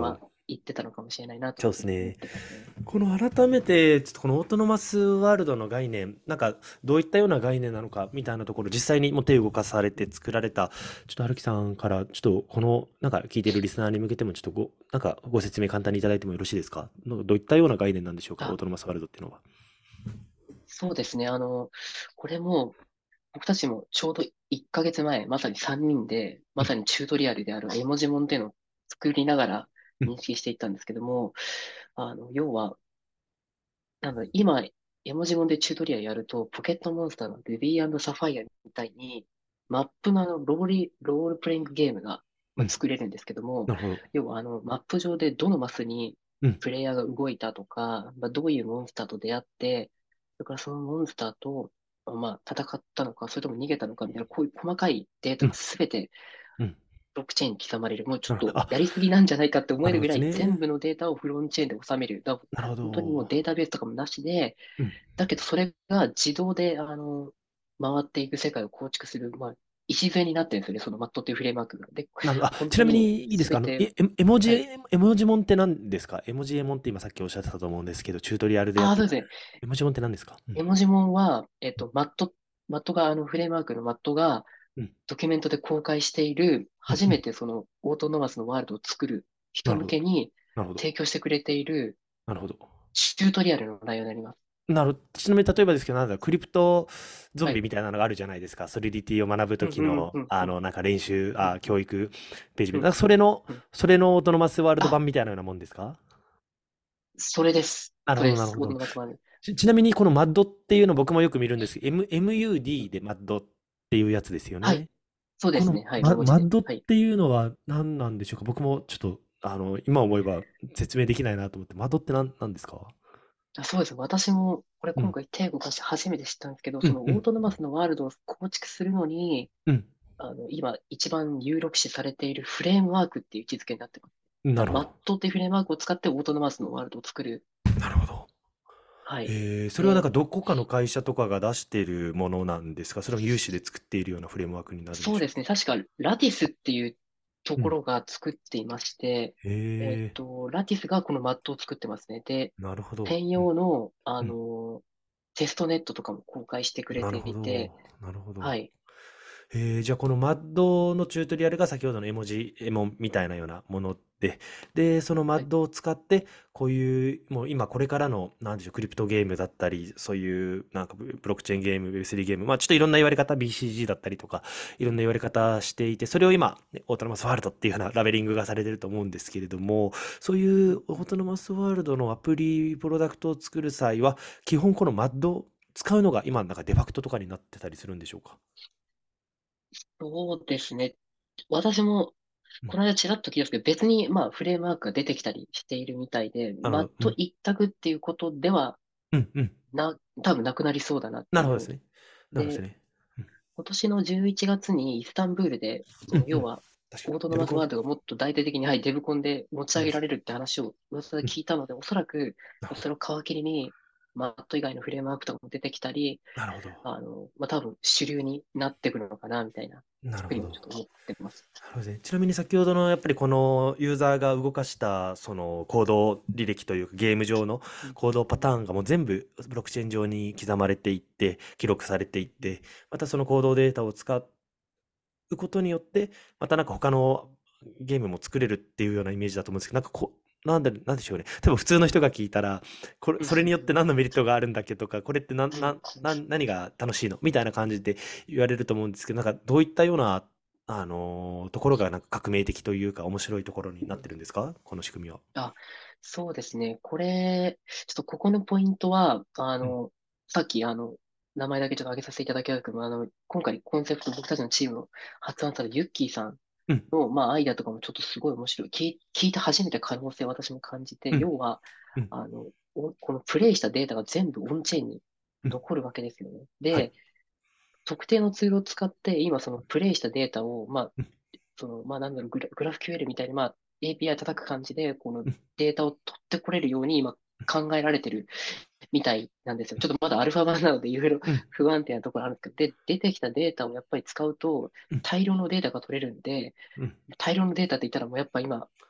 S2: 言ってたのかもしれないなと
S1: そう
S2: いうふうに思っ
S1: ですね。
S2: てますね。
S1: この改めて、ちょっとこのオートノマスワールドの概念、なんかどういったような概念なのかみたいなところ、実際にもう手を動かされて作られた、ちょっと春樹さんから、ちょっとこの、なんか聞いているリスナーに向けても、ちょっとご、なんかご説明簡単にいただいてもよろしいですか？のどういったような概念なんでしょうか、オー
S2: あ、
S1: トノマスワールドっていうのは。
S2: そうですね。あの、これも、僕たちもちょうどいっかげつまえ、まさにさんにんで、まさにチュートリアルである絵文字モンっていうのを作りながら
S1: うん、
S2: 認識していったんですけども、あの、要は、あの、今、絵文字モンでチュートリアルやると、ポケットモンスターのルビーサファイアみたいに、マップのあのローリ、ロールプレイングゲームが、まあ、
S1: うん、
S2: 作れるんですけども、
S1: なるほど。
S2: 要はあの、マップ上でどのマスに
S1: うん、
S2: プレイヤーが動いたとか、まあ、どういうモンスターと出会って、それからそのモンスターと、まあ、戦ったのか、それとも逃げたのかみたいな、こういう細かいデータが
S1: うん、
S2: すべて
S1: うん。
S2: ブロックチェーンに刻まれる。もうちょ
S1: なるほど。あ、
S2: っとやりすぎなんじゃないかって思
S1: なるほどです
S2: えるぐらい、全
S1: ね。
S2: 部のデータをフロンチェーンで収める。だ
S1: なるほ
S2: 本当にもうデー
S1: ど。
S2: タベースとかもなしで、
S1: うん。
S2: だけどそれが自動で、あの、回っていく世界を構築する、まあ、礎になってるんですよね、そのマットっていうフレームワークが。で、
S1: なるほど。あ、ちなみ
S2: 本当に
S1: にいいですか？あの、
S2: すべて、
S1: え、エ絵文字、
S2: はい。
S1: 絵文字モンって何ですか？絵文字絵モンって今さっきおっしゃってたと思うんですけど、チュートリアルでやっ
S2: ああ、
S1: てた。
S2: そうですね。
S1: 絵文字モンって何ですか？うん。
S2: 絵文字モンは、えっと、マット、マットが、あの、フレームワークのマットが、
S1: うん。
S2: ドキュメントで公開している、
S1: うん。うん。
S2: 初めてその、オートノマスのワールドを作る人
S1: なるほど。
S2: 向けに
S1: なるほど。
S2: 提供してくれている
S1: なるほど。
S2: チュートリアルの内容になります。
S1: なるちなみに例えばですけど、なんだろう、クリプトゾンビ
S2: はい。
S1: みたいなのがあるじゃないですか。ソリディティを学ぶ
S2: うん、うん、
S1: ときの、
S2: うん、うん、
S1: あの、なんか練習、
S2: うん、
S1: あ、教育ページみたいな。なん
S2: うん、
S1: かそれの、
S2: うん。
S1: それのオートノマスワールド
S2: あ、
S1: 版みたいなようなもんですか？
S2: それです。
S1: なるほど、
S2: それです。オート
S1: なるほど。
S2: ノマスワールド。
S1: ち、ちなみにこのマッドっていうの僕もよく見るんですけど、M、エムユーディー でマッドっていうやつですよ
S2: はい。
S1: ね。この
S2: そうですね。はい。ロ
S1: マ、
S2: ーマ字で。
S1: マッドっ
S2: はい。
S1: ていうのは何なんでしょうか？僕もちょっと、あの、今思えば説明できないなと思って、マッドって何なんですか？
S2: あ、そうです。私も、これ
S1: うん、
S2: 今回手を動かして初めて知ったんですけど、
S1: うん、
S2: その
S1: うん、
S2: オートノマスのワールドを構築するのに、
S1: うん。
S2: あの、今一番有力視されているフレームワークっていう位置づけになってます。だからマッ
S1: なるほど。
S2: トっていうフレームワークを使ってオートノマスのワールドを作る。
S1: なるほど。
S2: はい。
S1: えー、それはなん
S2: で、
S1: かどこかの会社とかが出してるものなんですか？それも有志で作っているようなフレームワークになるんでしょうか？
S2: そうですね。確か、ラティスっていうと
S1: うん。
S2: ころが作っていまして、
S1: へ
S2: えっ
S1: え、
S2: と、ラティスがこのマットを作ってますね。で、
S1: なるほど。
S2: 専
S1: うん、
S2: 用の、あ
S1: うん。
S2: の、テストネットとかも公開してくれて
S1: なるほ
S2: いて、
S1: ど。なるほど。
S2: はい。
S1: えー、じゃあこのマッドのチュートリアルが先ほどの絵文字、絵文みたいなようなもので、で、そのマ
S2: はい。
S1: ッドを使って、こういう、もう今これからの、なんでしょう、クリプトゲームだったり、そういう、なんかブブロックチェーンゲーム、ウェブスリー ゲーム、まあちょっといろんな言われ方、ビーシージー だったりとか、いろんな言われ方していて、それを今、ねオートノマスワールドっていうようなラベリングがされてると思うんですけれども、そういうオートノマスワールドのアプリ、プロダクトを作る際は、基本このマッド使うのが今、なんかデファクトとかになってたりするんでしょうか？
S2: そうですね。私も、
S1: うん。
S2: この間ちらっと聞いたんですけど、別に、まあ、フレームワークが出てきたりしているみたいで、
S1: なるほど。う
S2: マット
S1: ん。
S2: 一択っていうことでは、
S1: うん、うん。
S2: な、多分なくなりそうだなっていうふうに。
S1: なるほどですね。なるほどです
S2: で、
S1: ね。うん。
S2: 今年のじゅういちがつにイスタンブールで、その、
S1: うん、うん。
S2: 要は、
S1: 確かに。
S2: オートノ
S1: デブコン。
S2: マスワールドがもっと大々的に、はい、デブコンで持ち
S1: そうです。
S2: 上げられるって話を噂で
S1: うん。
S2: 聞いたので、おそらく、
S1: なるほど。
S2: それを皮切りに、マット以外のフレームワークとかも出てきたり、
S1: なるほど。
S2: あの、まあ、多分主流になってくるのかな、みたいな、ふう
S1: なるほど。
S2: にもちょっと思ってます。
S1: なるほどね。ちなみに先ほどのやっぱりこのユーザーが動かしたその行動履歴というかゲーム上の
S2: うん、
S1: 行動パターンがもう全部ブロックチェーン上に刻まれていって記録されていってまたその行動データを使うことによってまたなんか他のゲームも作れるっていうようなイメージだと思うんですけどなんかこなんで、なんでしょうね。多分普通の人が聞いたら、これ、
S2: うん、
S1: それによって何のメリットがあるんだっけとか、これってなん、
S2: うん、
S1: なん、なん、何が楽しいのみたいな感じで言われると思うんですけど、なんかどういったような、あのーところがなんか革命的というか面白いところになってるんですか？この仕組みは。
S2: あ、そうですね。これ、ちょっとここのポイントは、あ
S1: うん、
S2: の、さっき、あの、名前だけちょっと挙げさせていただきたいけど、あの、今回コンセプト、僕たちのチームの発案されたユッキーさん
S1: うん、
S2: の、まあ、アイデアとかもちょっとすごい面白い。聞い、聞いて初めて可能性を私も感じて、
S1: うん、
S2: 要は、
S1: うん、
S2: あの、おこのプレイしたデータが全部オンチェーンに
S1: うん。
S2: 残るわけですよね。
S1: はい。
S2: で、特定のツールを使って、今そのプレイしたデータを、まあ、
S1: うん、
S2: その、まあ、なんだろう、グラ、グラフ キューエル みたいに、まあ、エーピーアイ 叩く感じで、この
S1: うん、
S2: データを取ってこれるように今考えられてるみたいなんですよ。ちょっとまだアルファ版なのでいろいろ
S1: うん、
S2: 不安定なところあるんですけど、で、出てきたデータをやっぱり使うと
S1: うん、
S2: 大量のデータが取れるんで、
S1: うん。
S2: 大量のデータって言ったらもうやっぱ今、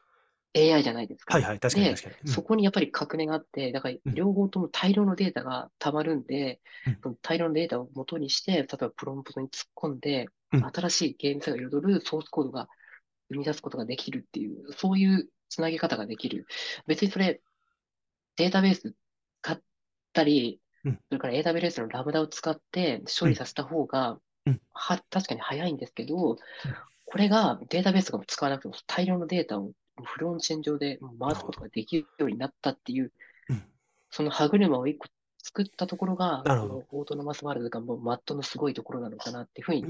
S2: エーアイ じゃないですか。
S1: はいはい、確かに
S2: で、
S1: 確かに。うん、
S2: そこにやっぱり革命があって、だから
S1: うん、
S2: 両方とも大量のデータが溜まるんで、
S1: うん、
S2: その大量のデータを元にして、例えばプロンプトに突っ込んで、
S1: うん、
S2: 新しいゲーム性を彩るソースコードが生み出すことができるっていう、そういうつなぎ方ができる。別にそれ、データベース買ったり、
S1: うん、
S2: それから エーダブリューエス のラムダを使って処
S1: うん、
S2: 理させた方が、
S1: うん、
S2: は、確かに早いんですけど、これがデータベースとかも使わなくても大量のデータをフロンチェン上で回すこと
S1: なるほど。
S2: ができるようになったっていう、
S1: うん、
S2: その歯車を一個作ったところが、
S1: なるほど。
S2: このオートノマスワールドがもうマットのすごいところなのかなっていうふうに
S1: うん、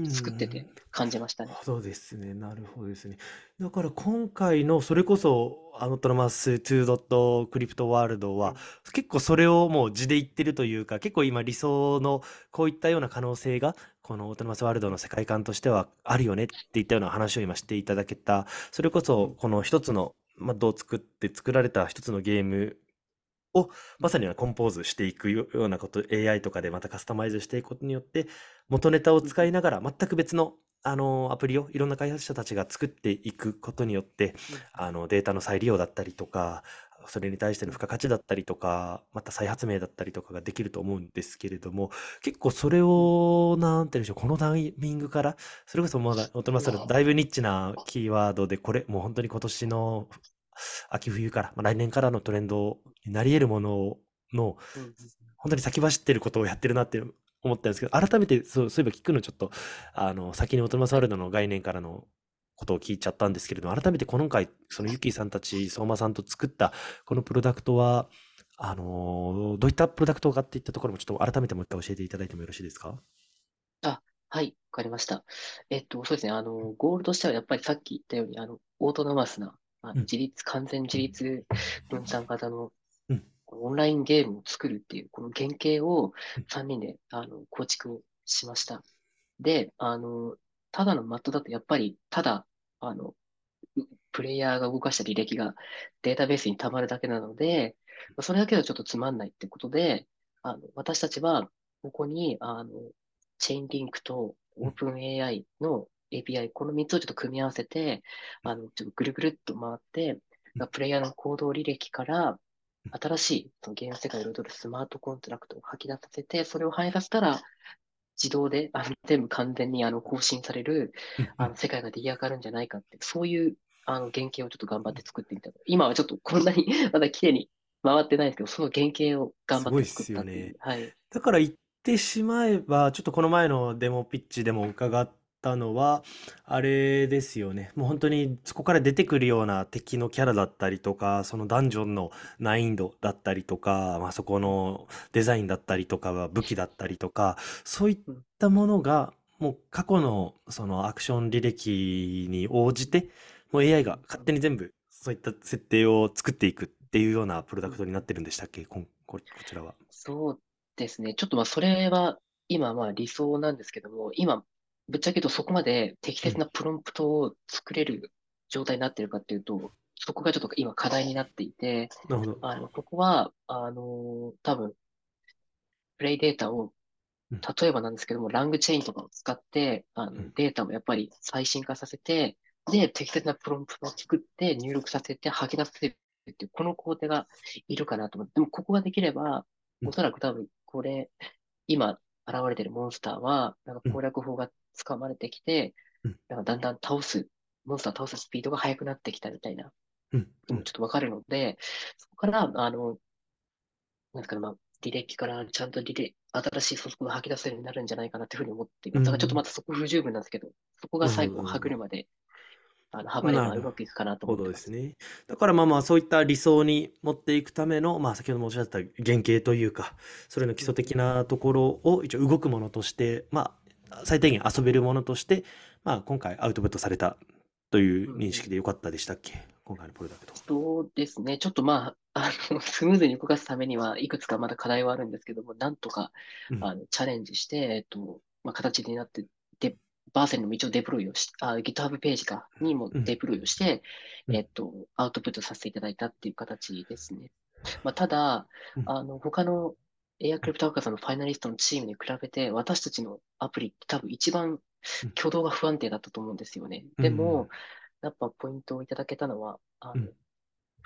S2: 作ってて感じましたね。
S1: そうですね。なるほどですね。だから今回のそれこそアノトノマスツードットクリプトワールドは
S2: うん。
S1: 結構それをもう地で言ってるというか、結構今理想のこういったような可能性がこのオートノマスワールド
S2: うん。
S1: の世界観としてはあるよねっていったような話を今していただけた。それこ
S2: うん。
S1: そこの一つのマッドを作って作られた一つのゲームを
S2: うん。
S1: まさにはコンポーズしていくようなこと、エーアイ とかでまたカスタマイズしていくことによって、元ネタを
S2: うん。
S1: 使いながら全く別の、あのアプリをいろんな開発者たちが作っていくことによって、
S2: うん。
S1: あのデータの再利用だったりとか、それに対しての
S2: うん。
S1: 付加価値だったりとか、また再発明だったりとかができると思うんですけれども、結構それ
S2: うん。
S1: を、なんていうんでしょう、このタイミングから、それこそまだ、大人
S2: うん。
S1: さんだいぶニッチなキーワードで、これ、もう本当に今年の秋冬から、まあ、来年からのトレンドになり得るものの、
S2: うん。
S1: 本当に先走ってることをやってるなって思ったんですけど、改めてそう、そういえば聞くのちょっと、あの、先にオートノマスワールドの概念からのことを聞いちゃったんですけれども、改めて今回、そのユキさんたち、相馬さんと作ったこのプロダクトは、あのどういったプロダクトかっていったところもちょっと改めてもう一回教えていただいてもよろしいですか？
S2: あ、はい、わかりました。えっと、そうですね。あの、ゴールとしてはやっぱりさっき言ったように、あの、オートノマスな、あの、
S1: うん、
S2: 自立、完全自立分散型の
S1: うん、
S2: オンラインゲームを作るっていう、この原型を
S1: うん、
S2: さんにんで、あの、構築をしました。で、あの、ただのマットだとやっぱり、ただ、あの、プレイヤーが動かした履歴がデータベースに溜まるだけなので、それだけではちょっとつまんないってことで、あの、私たちは、ここに、あの、チェインリンクと
S1: うん、
S2: オープン エーアイ の エーピーアイ、このみっつをちょっと組み合わせて、あの、ちょっとぐるぐるっと回って、
S1: うん、
S2: プレイヤーの行動履歴から新しいそのゲーム世界を彩るスマートコントラクトを吐き出させて、それを反映させたら、自動で、あの、全部完全にあの更新される、
S1: うん、うん。
S2: あの、世界が出来上がるんじゃないかって、そういう、あの、原型をちょっと頑張って作ってみた。今はちょっとこんなにまだ綺麗に回ってないんですけど、その原型を頑張って作っ
S1: すごいっすよね。
S2: たっていう。はい。
S1: だから言ってしまえば、ちょっとこの前のデモピッチでも伺ったのは、あれですよね。もう本当にそこから出てくるような敵のキャラだったりとか、そのダンジョンの難易度だったりとか、まあ、そこ
S2: うん。
S1: のデザインだったりとか、武器だったりとか、そういっ
S2: うん。
S1: たものが、もう過去のそのアクション履歴に応じて、もう エーアイ が勝手に全部そういった設定を作っていくっていうようなプロダ
S2: うん。
S1: クトになってるんでしたっけ、こんここちらは。
S2: そうですね。ちょっとまあ、それは、今まあ理想なんですけども、今、ぶっちゃけ言うとそこまで適
S1: うん。
S2: 切なプロンプトを作れる状態になっているかっていうと、そこがちょっと今課題になっていて、
S1: なるほど。
S2: あの、そこは、あの、多分、プレイデータを、
S1: うん、
S2: 例えばなんですけども、ラングチェーンとかを使って、あの、
S1: うん、
S2: データをやっぱり最新化させて、で、適切なプロンプトを作って入力させて吐き出せるっていう、この工程がいるかなと思って、でもここができれば、
S1: うん、
S2: おそらく多分、これ、今現れてるモンスターは、なんか
S1: うん、
S2: 攻略法が使われてきて、
S1: うん、
S2: なんかだんだん倒す、モンスターを倒すスピードが速くなってきたみたいな
S1: うん、うん、
S2: のもちょっとわかるので、そこから、あの、なんですかね、まあ、履歴からちゃんと履歴、新しいソフトが吐き出せるようになるんじゃないかなっていうふうに思っています。だからちょっと
S1: うん、
S2: まだそこ不十分なんですけど、そこが
S1: なるほど、
S2: 最後、
S1: なるほど。
S2: 歯車で、あの、はまれ
S1: なる
S2: ばうまくいくかなと
S1: ほ
S2: 思ってます。
S1: どですね。だからまあまあ、そういった理想に持っていくための、まあ先ほどもおっしゃった原型というか、それの基礎
S2: うん。
S1: 的なところを一応動くものとして、まあ、最低限遊べるものとして、まあ今回アウトプットされたという認
S2: うん。うん。
S1: 識でよかったでしたっけ、今回のプロダクト。
S2: そうですね。ちょっとまあ、あの、スムーズに動かすためには、いくつかまだ課題はあるんですけども、なんとか、
S1: うん、
S2: あの、チャレンジして、えっと、まあ、形になって、で、バーセンの道をデプロイをし、あ、GitHub ページか、にも
S1: うん、
S2: デプロイをして、
S1: うん、
S2: えっと、アウトプットさせていただいたっていう形ですね。まあ、ただ、
S1: うん、
S2: あの、他のエアクリプト博士のファイナリストのチームに比べて、私たちのアプリって多分一番
S1: うん、
S2: 挙動が不安定だったと思うんですよね。
S1: うん、
S2: でも、やっぱポイントをいただけたのは、あの、
S1: うん、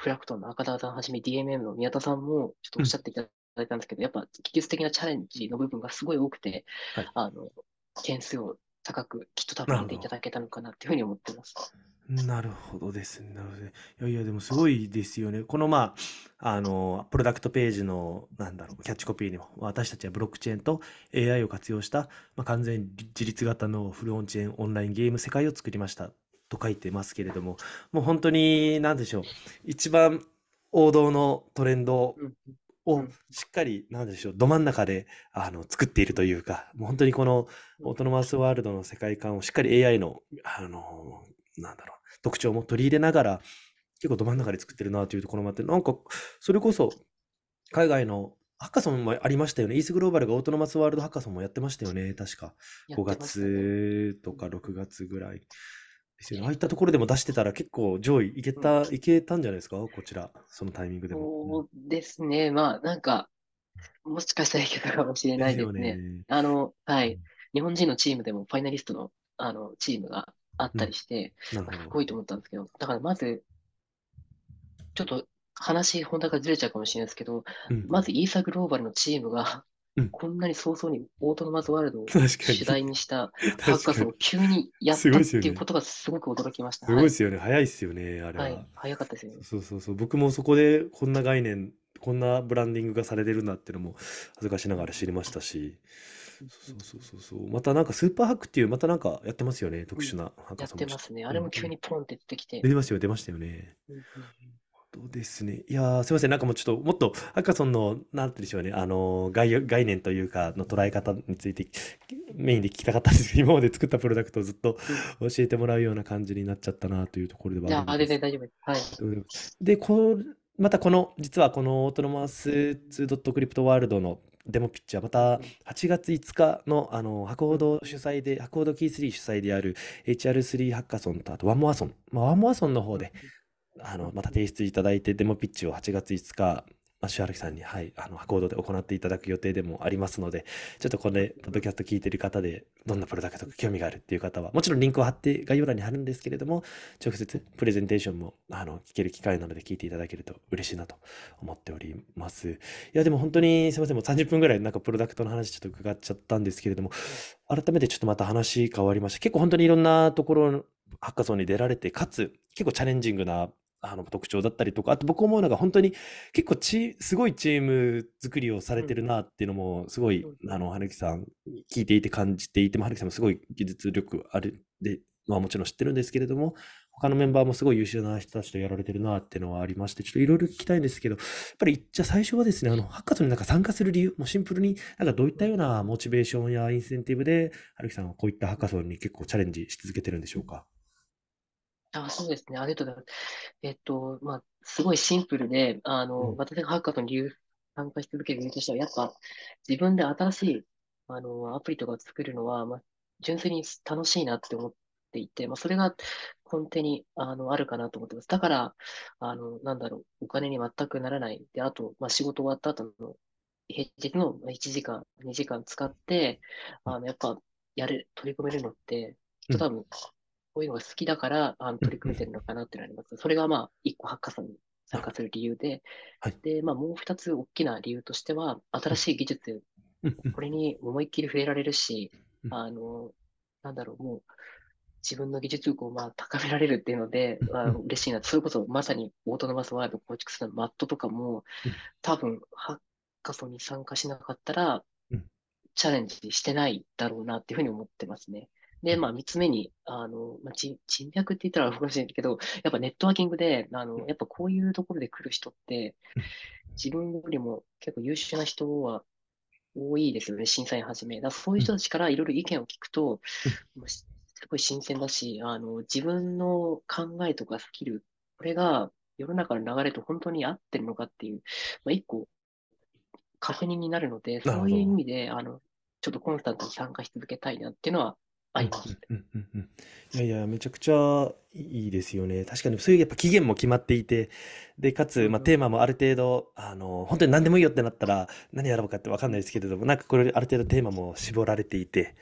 S2: フラクトンの赤田さんはじめ ディーエムエム の宮田さんもちょっとおっし
S1: うん。
S2: ゃっていただいたんですけど、やっぱ技術的なチャレンジの部分がすごい多くて、
S1: はい。
S2: あの、点数を高くきっと多分入れていた
S1: なるほど。
S2: だけたのかなっていうふうに思ってます。
S1: なるほどですね。なるほどね。いやいや、でもすごいですよね。この、まあ、あの、プロダクトページの、なんだろう、キャッチコピーにも、私たちはブロックチェーンと エーアイ を活用した、まあ、完全自立型のフルオンチェーンオンラインゲーム世界を作りましたと書いてますけれども、もう本当に、なんでしょう、一番王道のトレンド
S2: うん、う
S1: を
S2: ん、
S1: しっかり、なんでしょう、ど真ん中であの作っているというか、もう本当にこの
S2: うん、
S1: オートノマスワールドの世界観をしっかり エーアイ の、あの、なんだろう、特徴も取り入れながら、結構ど真ん中で作ってるなというところもあって、なんか、それこそ海外のハッカソンもありましたよね。イースグローバルがオートノマスワールドハッカソンもやってましたよね。確か。5
S2: やってましたね。
S1: 月と
S2: うん、
S1: かろくがつぐらいですよね。ああいったところでも出してたら結構上位いけ
S2: うん、
S1: た、いけたんじゃないですかこちら。そのタイミングでも。うん。
S2: そうですね。まあ、なんか、もしかしたらいけたかもしれない
S1: ですよ
S2: ですね。
S1: ね。
S2: あの、はい。
S1: うん。
S2: 日本人のチームでもファイナリストの、あの、チームがあっ
S1: うん。
S2: たりして、
S1: なるほど。
S2: すごいと思ったんですけど、だからまず、ちょっと話、本題からずれちゃうかもしれないですけど、
S1: うん。
S2: まずイーサグローバルのチームが、
S1: うん。
S2: こんなに早々にオートノマスワールドを
S1: 確かに。
S2: 主題にしたハッカ
S1: 確かに。
S2: ソンを急にやっ
S1: すご
S2: たっ
S1: いですよね。
S2: ていうことがすごく驚きました。はい。
S1: すごいですよね。早いですよね、あれ
S2: はい。
S1: は。
S2: 早かったですよね。
S1: そうそうそう。僕もそこでこんな概念、こんなブランディングがされてるんだっていうのも恥ずかしな
S2: うん、
S1: がら知りましたし。
S2: うん、うん、
S1: そうそうそうそう。またなんかスーパーハックっていう、またなんかやってますよね。特
S2: うん。
S1: 殊なハッ
S2: やっ
S1: カーさんもちょっと。
S2: てますね。あれも
S1: うんうん。
S2: 急にポンって出てきて。
S1: 出てましたよ、出ましたよね。
S2: うん、うん、
S1: そうですね。いやー、すいません。なんかもうちょっと、もっと、ハッカソンの、なんて言うんでしょうね、あのー、概要概念というか、の捉え方について、メインで聞きたかったんですけど、今まで作ったプロダクトをずっと
S2: うん。
S1: 教えてもらうような感じになっちゃったなというところではある
S2: じゃあ、全然
S1: んです。
S2: 大丈夫です。はい。
S1: うんで、こう、またこの、実はこのオートノマスツークリプトワールドのデモピッチはまた
S2: うん、
S1: はちがついつかの、あの、博報
S2: うん、
S1: 堂主催で、博報堂キースリー主催である エイチアールスリー ハッカソンと、あとワンモアソン、まあ、ワンモアソンの方
S2: うん、
S1: で、あの、
S2: うん、
S1: また
S2: うん。
S1: 提出いただいて、デモピッチをはちがついつか、マッシュハルキさんに、はい、あの、コードで行っていただく予定でもありますので、ちょっとこれ、ポッドキャスト聞いてる方で、どんなプロダクトか興味があるっていう方は、もちろんリンクを貼って概要欄に貼るんですけれども、直接プレゼンテーションも、あの、聞ける機会なので聞いていただけると嬉しいなと思っております。いや、でも本当にすいません、もうさんじゅっぷんぐらいなんかプロダクトの話ちょっと伺っちゃったんですけれども、
S2: うん、
S1: 改めてちょっとまた話変わりました。結構本当にいろんなところのハッカソンに出られて、かつ結構チャレンジングなあの特徴だったりとか、あと僕思うのが本当に結構チすごいチーム作りをされ
S2: うん、
S1: てるなっていうのもすごい、
S2: うん、
S1: あの、春樹さん聞いていて感じていても、春樹さんもすごい技術力あるで、まあもちろん知ってるんですけれども、他のメンバーもすごい優秀な人たちとやられてるなっていうのはありまして、ちょっといろいろ聞きたいんですけど、やっぱりじゃあ最初はですね、あの、ハッカソンになんか参加する理由、もうシンプルになんかどういっ
S2: うん。
S1: たようなモチベーションやインセンティブで、春樹さんはこういったハッカソンに結構チャレンジし続けてるんでしょうか？
S2: あ、そうですね。ありがとうございます。えっと、まあ、すごいシンプルで、あの、
S1: うん。
S2: 私がハッカーの理由、参加し続ける理由としては、やっぱ自分で新しい、あの、アプリとかを作るのは、まあ、純粋に楽しいなって思っていて、まあ、それが根底に、あの、あるかなと思ってます。だから、あの、なんだろう、お金に全くならない。で、あと、まあ、仕事終わった後の平日のいちじかん、にじかん使って、あの、やっぱ、やれ、取り組めるのって、きっ
S1: うん。
S2: と多分、こういうのが好きだから、あの、
S1: うん。うん。
S2: 取り組めてるのかなっていうのがあります。それが、まあ、一個ハッカソンに
S1: なるほど。
S2: 参加する理由で、
S1: はい。
S2: で、まあ、もう二つ大きな理由としては、新
S1: うん。
S2: しい技術、
S1: うん。うん。
S2: これに思いっきり触れられるし、
S1: うん。
S2: あの、なんだろう、もう、自分の技術力をまあ高められるっていうので、あ
S1: うん。
S2: 嬉しいな。それこそまさにオートノマスワールド構築するマットとかも、
S1: うん。
S2: 多分、ハッカソンに参加しなかったら、
S1: うん。
S2: チャレンジしてないだろうなっていうふうに思ってますね。で、まあ、三つ目に、あの、まあ、人人脈って言ったらおかしいんだけど、やっぱネットワーキングで、あの、やっぱこういうところで来る人って、自分よりも結構優秀な人は多いですよね、審査員はじめ。だからそういう
S1: うん。
S2: 人たちからいろいろ意見を聞くと、
S1: うん。
S2: まあしすごい新鮮だし、あの、自分の考えとかスキル、これが世の中の流れと本当に合ってるのかっていう、まあ、一個確認になるので、そういう意
S1: なるほど。
S2: 味で、あの、ちょっとコンスタントに参加し続けたいなっていうのはあ
S1: うん。
S2: ります。
S1: うん。うん。うん。いやいや、めちゃくちゃいいですよね。確かに、そういうやっぱ期限も決まっていて、で、かつ、まあ、
S2: うんうん
S1: テーマもある程度、あの、本当に何でもいいよってなったら、何やろうかってわかん
S2: うん
S1: ないですけれども、なんかこれ、ある程度テーマも絞られていて、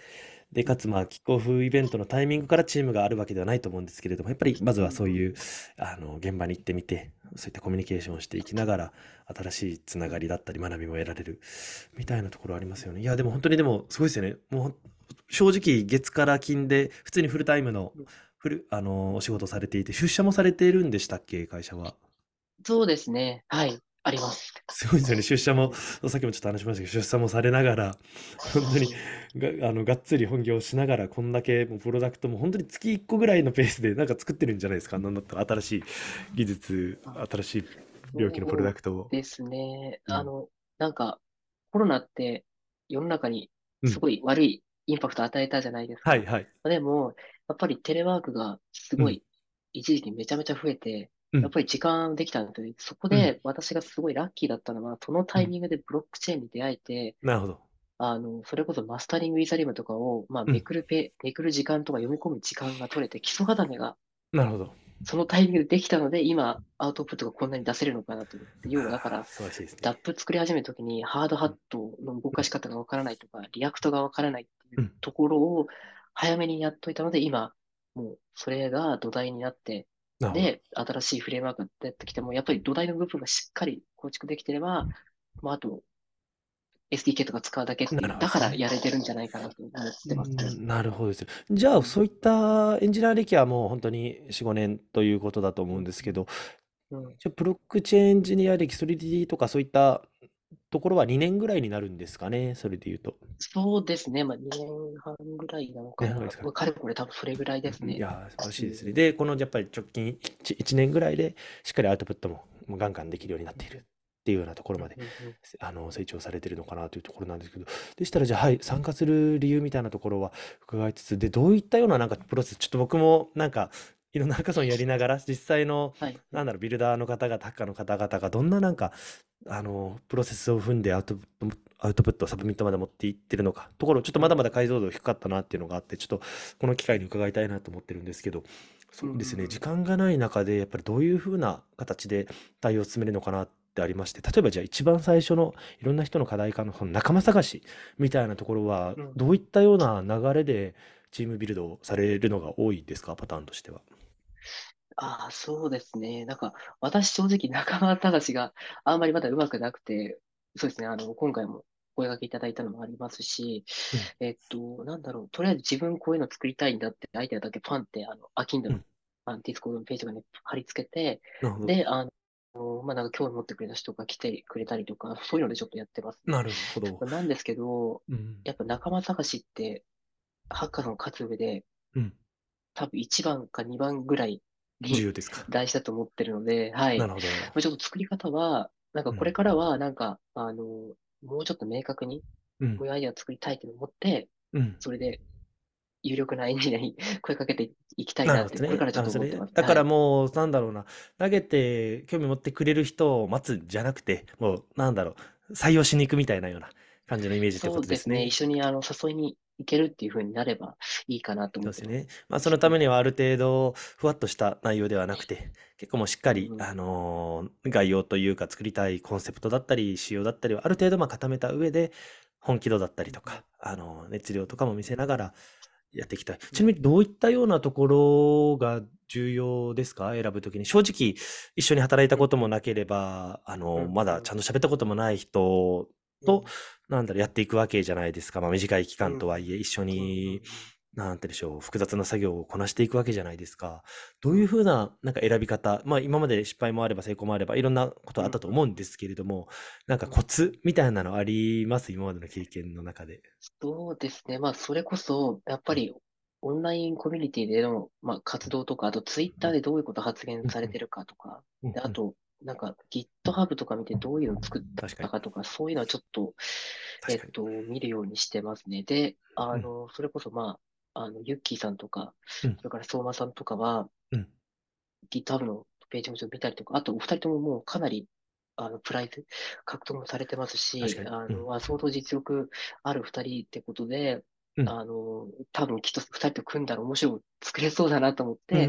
S1: で、かつ、まあ、キックオフイベントのタイミングからチームがあるわけではないと思うんですけれども、やっぱりまずはそういう、あの、現場に行ってみて、そういったコミュニケーションをしていきながら、新しいつながりだったり学びも得られる、みたいなところありますよね。いや、でも本当にでも、すごいですよね。もう、正直、月から金で、普通にフルタイムの、フル、あの、お仕事されていて、出社もされているんでしたっけ、会社は。
S2: そうですね。はい。あります。
S1: すごいですよね。出社も、
S2: うん
S1: さっきもちょっと話しましたけど、出社もされながら、本当にが、あの、がっつり本業をしながら、こんだけもうプロダクトも本当に月いっこぐらいのペースでなんか作ってるんじゃないですか。なんだったら新しい技術、
S2: あ、
S1: 新しい領域のプロ
S2: そう
S1: ダクトを。
S2: ですね。
S1: うん。
S2: あの、なんか、コロナって世の中に
S1: うん。
S2: すごい悪いインパクトを与えたじゃないですか。
S1: はいはい。
S2: でも、やっぱりテレワークがす
S1: うん。
S2: ごい一時期めちゃめちゃ増えて、
S1: うん。
S2: やっぱり時間できたんですよね。そこ
S1: うん。
S2: で私がすごいラッキーだったのは、その
S1: うん。
S2: タイミングでブロックチェーンに出会えて、
S1: なるほど。
S2: あの、それこそマスタリングイーサリアムとかを、まあ、
S1: うん。
S2: めくるペ、めくる時間とか読み込む時間が取れて、基礎固めが
S1: なるほど。
S2: そのタイミングでできたので、今、アウトプットがこんなに出せるのかなと思って、要はだか
S1: ああ、
S2: ら、
S1: 素晴らしいですね。
S2: ダップ作り始めるときに、ハードハッ
S1: うん。
S2: トの動かし方がわからないとか、リアクトがわからないっていう
S1: うん。
S2: ところを早めにやっといたので、今、もうそれが土台になって、
S1: なるほど。
S2: で、新しいフレームワークが出てきても、やっぱり土台の部分がしっかり構築できてれば、まあ、あと エスディーケー とか使うだけっていう、
S1: なるほど
S2: だから
S1: ですね。
S2: やれてるんじゃないかなと思っ
S1: う
S2: てますね。
S1: ん、なるほどですよ。じゃあ、
S2: うん、
S1: そういったエンジニア歴はもう本当によん、ごねんということだと思うん
S2: うん、
S1: ですけど、
S2: うん。
S1: じゃあ、ブロックチェーンエンジニア歴、ソリディとかそういったところはにねんぐらいになるんですかね、それで言うと。
S2: そうですね。まあ、にねんはんぐらいなのか
S1: ね、ぐらいで
S2: な。
S1: すかね。
S2: まあかれこれ多分それぐらいですね。
S1: いやー、素晴らしいですね。
S2: うん。
S1: で、このやっぱり直近いち、年ぐらいで、しっかりアウトプットももうガンガンできるようになっているっていうようなところ
S2: うん。
S1: まで、
S2: うん。うん。
S1: あの、成長されてるのかなというところなんですけど、でしたら、じゃあ、はい、参加する理由みたいなところは伺いつつ、で、どういったようななんかプロセス、ちょっと僕もなんか、いろんなハッカソンやりながら、実際の、
S2: はい。
S1: なんだろう、ビルダーの方々、ハッカーの方々がどんななんか、あの、プロセスを踏んでアウトプット、アウトプット、サブミットまで持っていってるのか、ところ、ちょっと
S2: うん。
S1: まだまだ解像度低かったなっていうのがあって、ちょっとこの機会に伺いたいなと思ってるんですけど、
S2: うん。
S1: そうですね、時
S2: うん。
S1: 間がない中で、やっぱりどういうふうな形で対応を進めるのかなってありまして、例えばじゃあ一番最初のいろんな人の課題化のその仲間探しみたいなところは、
S2: うん。
S1: どういったような流れでチームビルドをされるのが多いですか、パターンとしては。
S2: ああ、そうですね。なんか、私正直仲間探しがあんまりまだ上手くなくて、そうですね。あの、今回もお声掛けいただいたのもありますし、
S1: うん、
S2: えっと、なんだろう。とりあえず自分こういうの作りたいんだってアイデアだけパンって、あの、アキンドの、
S1: うん、
S2: あの、ディスコードのページとかに貼り付けて、
S1: なるほど。
S2: で、あの、まあ、なんか興味持ってくれた人が来てくれたりとか、そういうのでちょっとやってますね。
S1: なるほど。
S2: なんですけど、
S1: うん、
S2: やっぱ仲間探しって、ハッカソン勝つ上で、
S1: うん、
S2: 多分いちばんかにばんぐらいに
S1: 重要ですか。
S2: 大事だと思ってるので、はい。
S1: なるほど。
S2: まあちょっと作り方は、なんか
S1: うん、
S2: これからは、なんか、あの、もうちょっと明確に、
S1: うん、
S2: こういうアイデアを作りたいと思って、
S1: うん。
S2: それで有力なエンジニアに声かけていきたい
S1: なる
S2: なって、
S1: ほどね。
S2: これからちょっ
S1: あ、それ、
S2: と思ってます。
S1: だから
S2: はい。
S1: もう、なんだろうな、投げて興味持ってくれる人を待つんじゃなくて、もう、なんだろう、採用しに行くみたいなような感じのイメージってこ
S2: そうですね。一
S1: とですね。
S2: 緒にあの誘いに行けるっていう風になればいいかなと思ってます。
S1: そうですね。まあ、そのためにはある程度、ふわっとした内容ではなくて、結構もうしっかり、
S2: うん。
S1: あのー概要というか、作りたいコンセプトだったり、仕様だったりをある程度、まあ、固めた上で、本気度だったりとか、あのー熱量とかも見せながらやっていきたい。
S2: うん。
S1: ちなみに、どういったようなところが重要ですか、選ぶときに。正直、一緒に働いた
S2: うん。
S1: こともなければ、あのー
S2: うん。
S1: まだちゃんと喋ったこともない人と、
S2: うん。
S1: なんだろう、やっていくわけじゃないですか。まあ、短い期
S2: うん。
S1: 間とはいえ、一緒
S2: うん。う
S1: に、
S2: ん。
S1: なんて言うんでしょう、複雑な作業をこなしていくわけじゃないですか。どういう
S2: うん。
S1: ふうな、なんか選び方、まあ、今まで失敗もあれば成功もあれば、いろんなこと
S2: うん。う
S1: あったと思うん
S2: ん。
S1: ですけれども、なんか
S2: うん。
S1: コツみたいなのあります、今までの経験の中で。
S2: そうですね。まあ、それこそ、やっぱ
S1: うん、
S2: り、オンラインコミュニティでの、まあ、活動とか、あと、ツイッターでどういうこと発言
S1: うん、うん、
S2: されてるかとか、で、
S1: うん、うん。
S2: あと、なんか、GitHub とか見てどういうの作っ
S1: 確かに、
S2: たかとか、そういうのはちょっと、え
S1: 確かに。
S2: っと、見るようにしてますね。で、あ
S1: うん、
S2: の、それこそ、まあ、あの、ユッキーさんとか、
S1: うん、
S2: それから相馬さんとかは、
S1: うん。
S2: GitHub のページもちょっと見たりとか、あと、お二人とももうかなり、あの、プライズ獲得もされてますし、
S1: 確かに。
S2: あの、
S1: うん、
S2: まあ、相当実力ある二人ってことで、
S1: うん、
S2: あの、多分きっと二人と組んだら面白いの作れそうだなと思って、
S1: うん。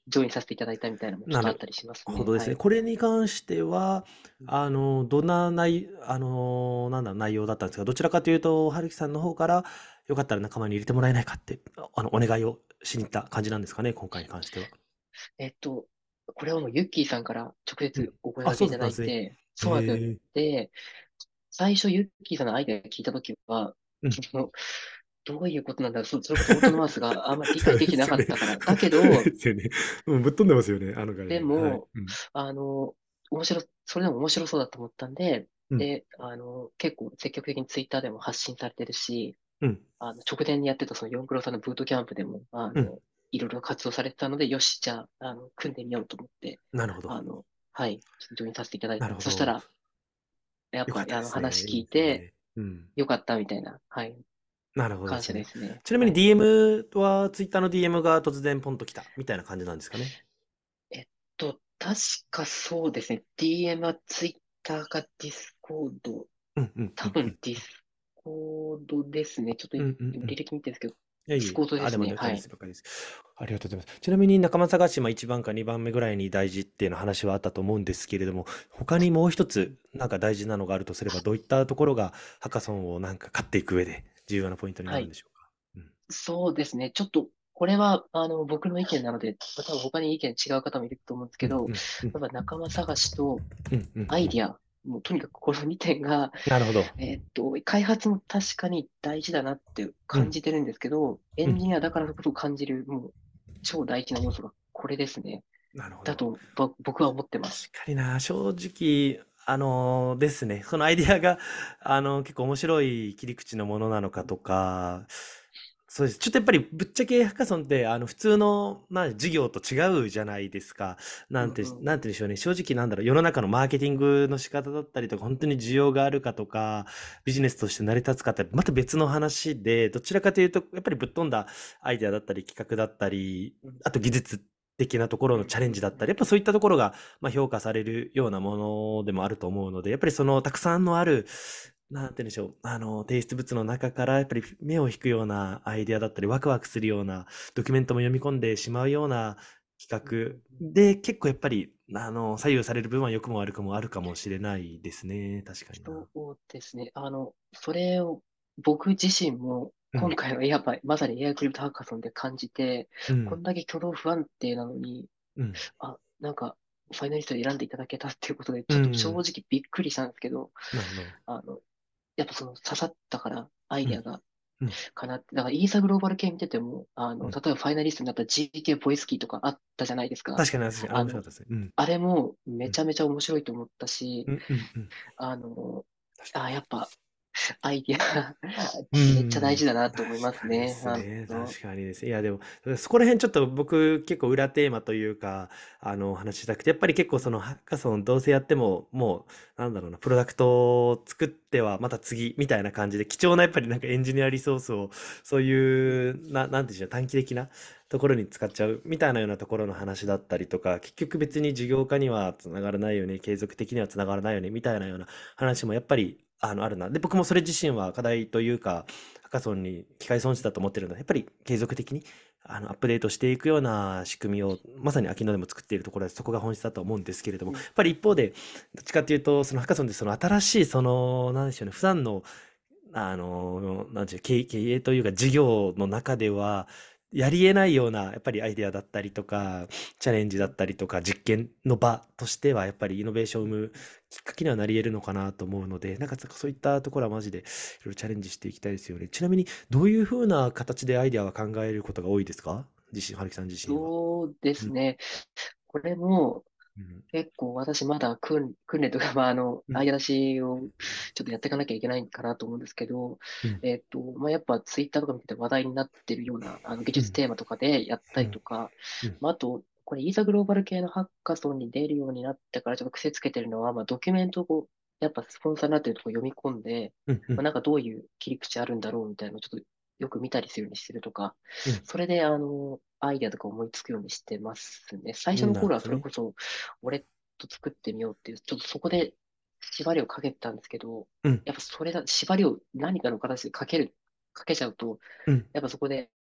S2: ジョインさせていただいたみたいなのもちょっ
S1: なる
S2: とあったりしますね。
S1: ほどですね。
S2: はい。
S1: これに関しては、あの、どんな内、あの、なんだ、内容だったんですか？どちらかというと、春樹さんの方から、よかったら仲間に入れてもらえないかって、あの、お願いをしに行った感じなんですかね、今回に関しては。
S2: えっと、これはもうユッキーさんから直
S1: うん。
S2: 接お声
S1: あ、そう
S2: 掛けいた
S1: だったんですね。
S2: だいて、そうなんですよ。
S1: へえ。
S2: で、最初ユッキーさんのアイデア聞いたときは、
S1: うん。
S2: その、どういうことなんだろう、そそれこそオートノマスがあんまり理
S1: そう
S2: 解できてな
S1: ですよね。
S2: かったから。だけど、
S1: ですよね。うん、ぶっ飛んでますよね、あの概念が。はい。
S2: でも、
S1: うん。
S2: あの、面白、それでも面白そうだと思ったんで、
S1: うん。
S2: で、あの、結構積極的にツイッターでも発信されてるし、
S1: うん。
S2: あの、直前にやってたそのヨンクロさんのブートキャンプでも、あ
S1: うん。
S2: の、いろいろ活動されてたので、よし、じゃあ、あの、組んでみようと思って、
S1: なるほど。
S2: あの、はい、ちょっとジョインさせていただい
S1: な
S2: た。
S1: るほど。
S2: そしたら、やっぱ、
S1: よかった
S2: あの、
S1: ですね。
S2: 話聞
S1: いい
S2: いて、
S1: ですね。うん。
S2: よかったみたいな、はい、
S1: なるほどで
S2: 感謝で
S1: すね。
S2: すね。
S1: ちなみに
S2: はい。
S1: ディーエム は、ツイッターの ディーエム が突然ポンと来たみたいな感じなんですかね。
S2: えっと、確かそうですね。ディーエム は Twitter か Discord、
S1: うんうんうんうん。
S2: 多分ディスコードですね。ちょっと
S1: うんうんうん。
S2: 履歴見てるんですけど、
S1: いやいえ。
S2: ディスコードで
S1: あ、でも
S2: すね。
S1: 了解です、
S2: はい。
S1: 了解です。ありがとうございます。ちなみに仲間探し、まあ、いちばんかにばんめぐらいに大事っていうの話はあったと思うんですけれども、他にもう一つなんか大事なのがあるとすれば、どういったところがハカソンをなんか勝っていく上で重要なポイントにな
S2: はい。
S1: るんでしょうか？うん。
S2: そうですね。ちょっと、これは、あの、僕の意見なので、多分他に意見違う方もいると思うんですけど、
S1: うんうんうん。
S2: やっぱ仲間探しと
S1: うんうんうん。
S2: アイディア、もうとにかくこのにてんが、
S1: なるほど。
S2: えーっと、開発も確かに大事だなって
S1: うん。
S2: 感じてるんですけど、エ
S1: うん。
S2: ンジニアだからこそ感じる、もう、超大事な要素がこれですね。
S1: なるほど。
S2: だと、ぼ僕は思ってます。
S1: 確かにな、正直、あのですね、そのアイディアが、あの、結構面白い切り口のものなのかとか、そうです。ちょっとやっぱりぶっちゃけハッカソンって、あの、普通の、まあ、授業と違うじゃないですか。なんて、
S2: うんうん。
S1: なんて言うんでしょうね。正直なんだろう、世の中のマーケティングの仕方だったりとか、本当に需要があるかとか、ビジネスとして成り立つかって、また別の話で、どちらかというと、やっぱりぶっ飛んだアイデアだったり、企画だったり、
S2: うん
S1: あと技術的なところ
S2: うん
S1: のチャレン
S2: うんうん
S1: ジだったり、やっぱそういったところが、まあ、評価されるようなものでもあると思うので、やっぱりそのたくさんのある、なんて言うんでしょう、あの、提出物の中から、やっぱり目を引くようなアイデアだったり、ワクワクするようなドキュメントも読み込んでしまうような
S2: うんうん
S1: 企画
S2: うん。
S1: で、結構やっぱり、あの、左右される部分は良くも悪くもあるかもしれないですね。確かにな。
S2: そうですね。あの、それを僕自身も
S1: うん。
S2: 今回のやっぱりまさにエアクリプトハッカソンで感じて、
S1: うん。
S2: こんだけ挙動不安定なのに、
S1: うん。
S2: あ、なんか、ファイナリストで選んでいただけたっていうことで、ちょっと正
S1: うん。
S2: 直びっくりしたんですけど、
S1: なるほど。
S2: あの、やっぱその刺さったから、アイ
S1: うん。
S2: デアが、
S1: うん。
S2: かなって。だからイーサグローバル系見てても、あの、
S1: うん。
S2: 例えばファイナリストになった ジーケー ボイスキーとかあったじゃないですか。
S1: 確かに、確かに、あれ
S2: あの、
S1: 面白かったですね。うん。
S2: あれもめ
S1: うん。
S2: ちゃめちゃ面白いと思ったし、
S1: うん。うん。うん。
S2: あの、
S1: 確か
S2: あ、やっぱアイディア
S1: う
S2: めっちゃ大
S1: ん。
S2: 事だなと思いま
S1: 確かにで
S2: すね。あ
S1: すね。
S2: の、
S1: 確かにです。いや、でも、そこら辺ちょっと僕結構裏テーマというか、あの、お話ししたくて、やっぱり結構そのハッカソンどうせやっても、もう、なんだろうな、プロダクトを作ってはまた次みたいな感じで、貴重なやっぱりなんかエンジニアリソースを、そういう、な、なんていうんでしょう、短期的なところに使っちゃうみたいなようなところの話だったりとか、結局別に事業化にはつながらないよね、継続的にはつながらないよね、みたいなような話もやっぱり、あの、あるな。で、僕もそれ自身は課題というか、ハカソンに機会損失だと思ってるので、やっぱり継続的にあのアップデートしていくような仕組みを、まさに秋野でも作っているところで、そこが本質だと思うんですけれども、
S2: うん、
S1: やっぱり一方で、どっちかというと、そのハカソンでその新しい、その、なんでしょうね、普段の、あの、なんていう経営経営というか事業の中では、やり得ないような、やっぱりアイデアだったりとか、チャレンジ
S2: うん、
S1: だったりとか、実験の場としては、やっぱりイノベーションを
S2: うん。
S1: 生むきっかけにはなり得るのかなと思うので、なんかそういったところはマジでいろいろチャレンジしていきたいですよね。ちなみに、どういうふうな形でアイデアは考えることが多いですか？自身、春樹さん自身は。
S2: そうで
S1: うん、
S2: すね。これも
S1: うん、
S2: 結構私まだ訓、訓練とか、まあ、あの、
S1: うん、
S2: 相出しをちょっとやっていかなきゃいけないかなと思うんですけど、
S1: うん、
S2: えっと、まあ、やっぱツイッターとか見てて話題になってるようなあの技
S1: うん、
S2: 術テーマとかでやった
S1: うん、
S2: りとか、
S1: うん、
S2: まあ、あと、これイーサグローバル系のハッカソンに出るようになってからちょっと癖つけてるのは、まあ、ドキュメントをこうやっぱスポンサーになってるとこ読み込んで、
S1: うん、う
S2: まあ、
S1: ん、
S2: なんかどういう切り口あるんだろうみたいなのをちょっとよく見たりするようにしてるとか、
S1: うん
S2: それであの、アイデアとか思いつくようにしてますね。最
S1: うん、
S2: 初の頃は
S1: なるほどね。
S2: それこそ、俺と作ってみようっていう、ちょっとそこで縛りをかけてたんですけど、
S1: うん、
S2: やっぱそれだ、縛りを何かの形でかける、かけちゃうと、
S1: うん、
S2: やっぱそこで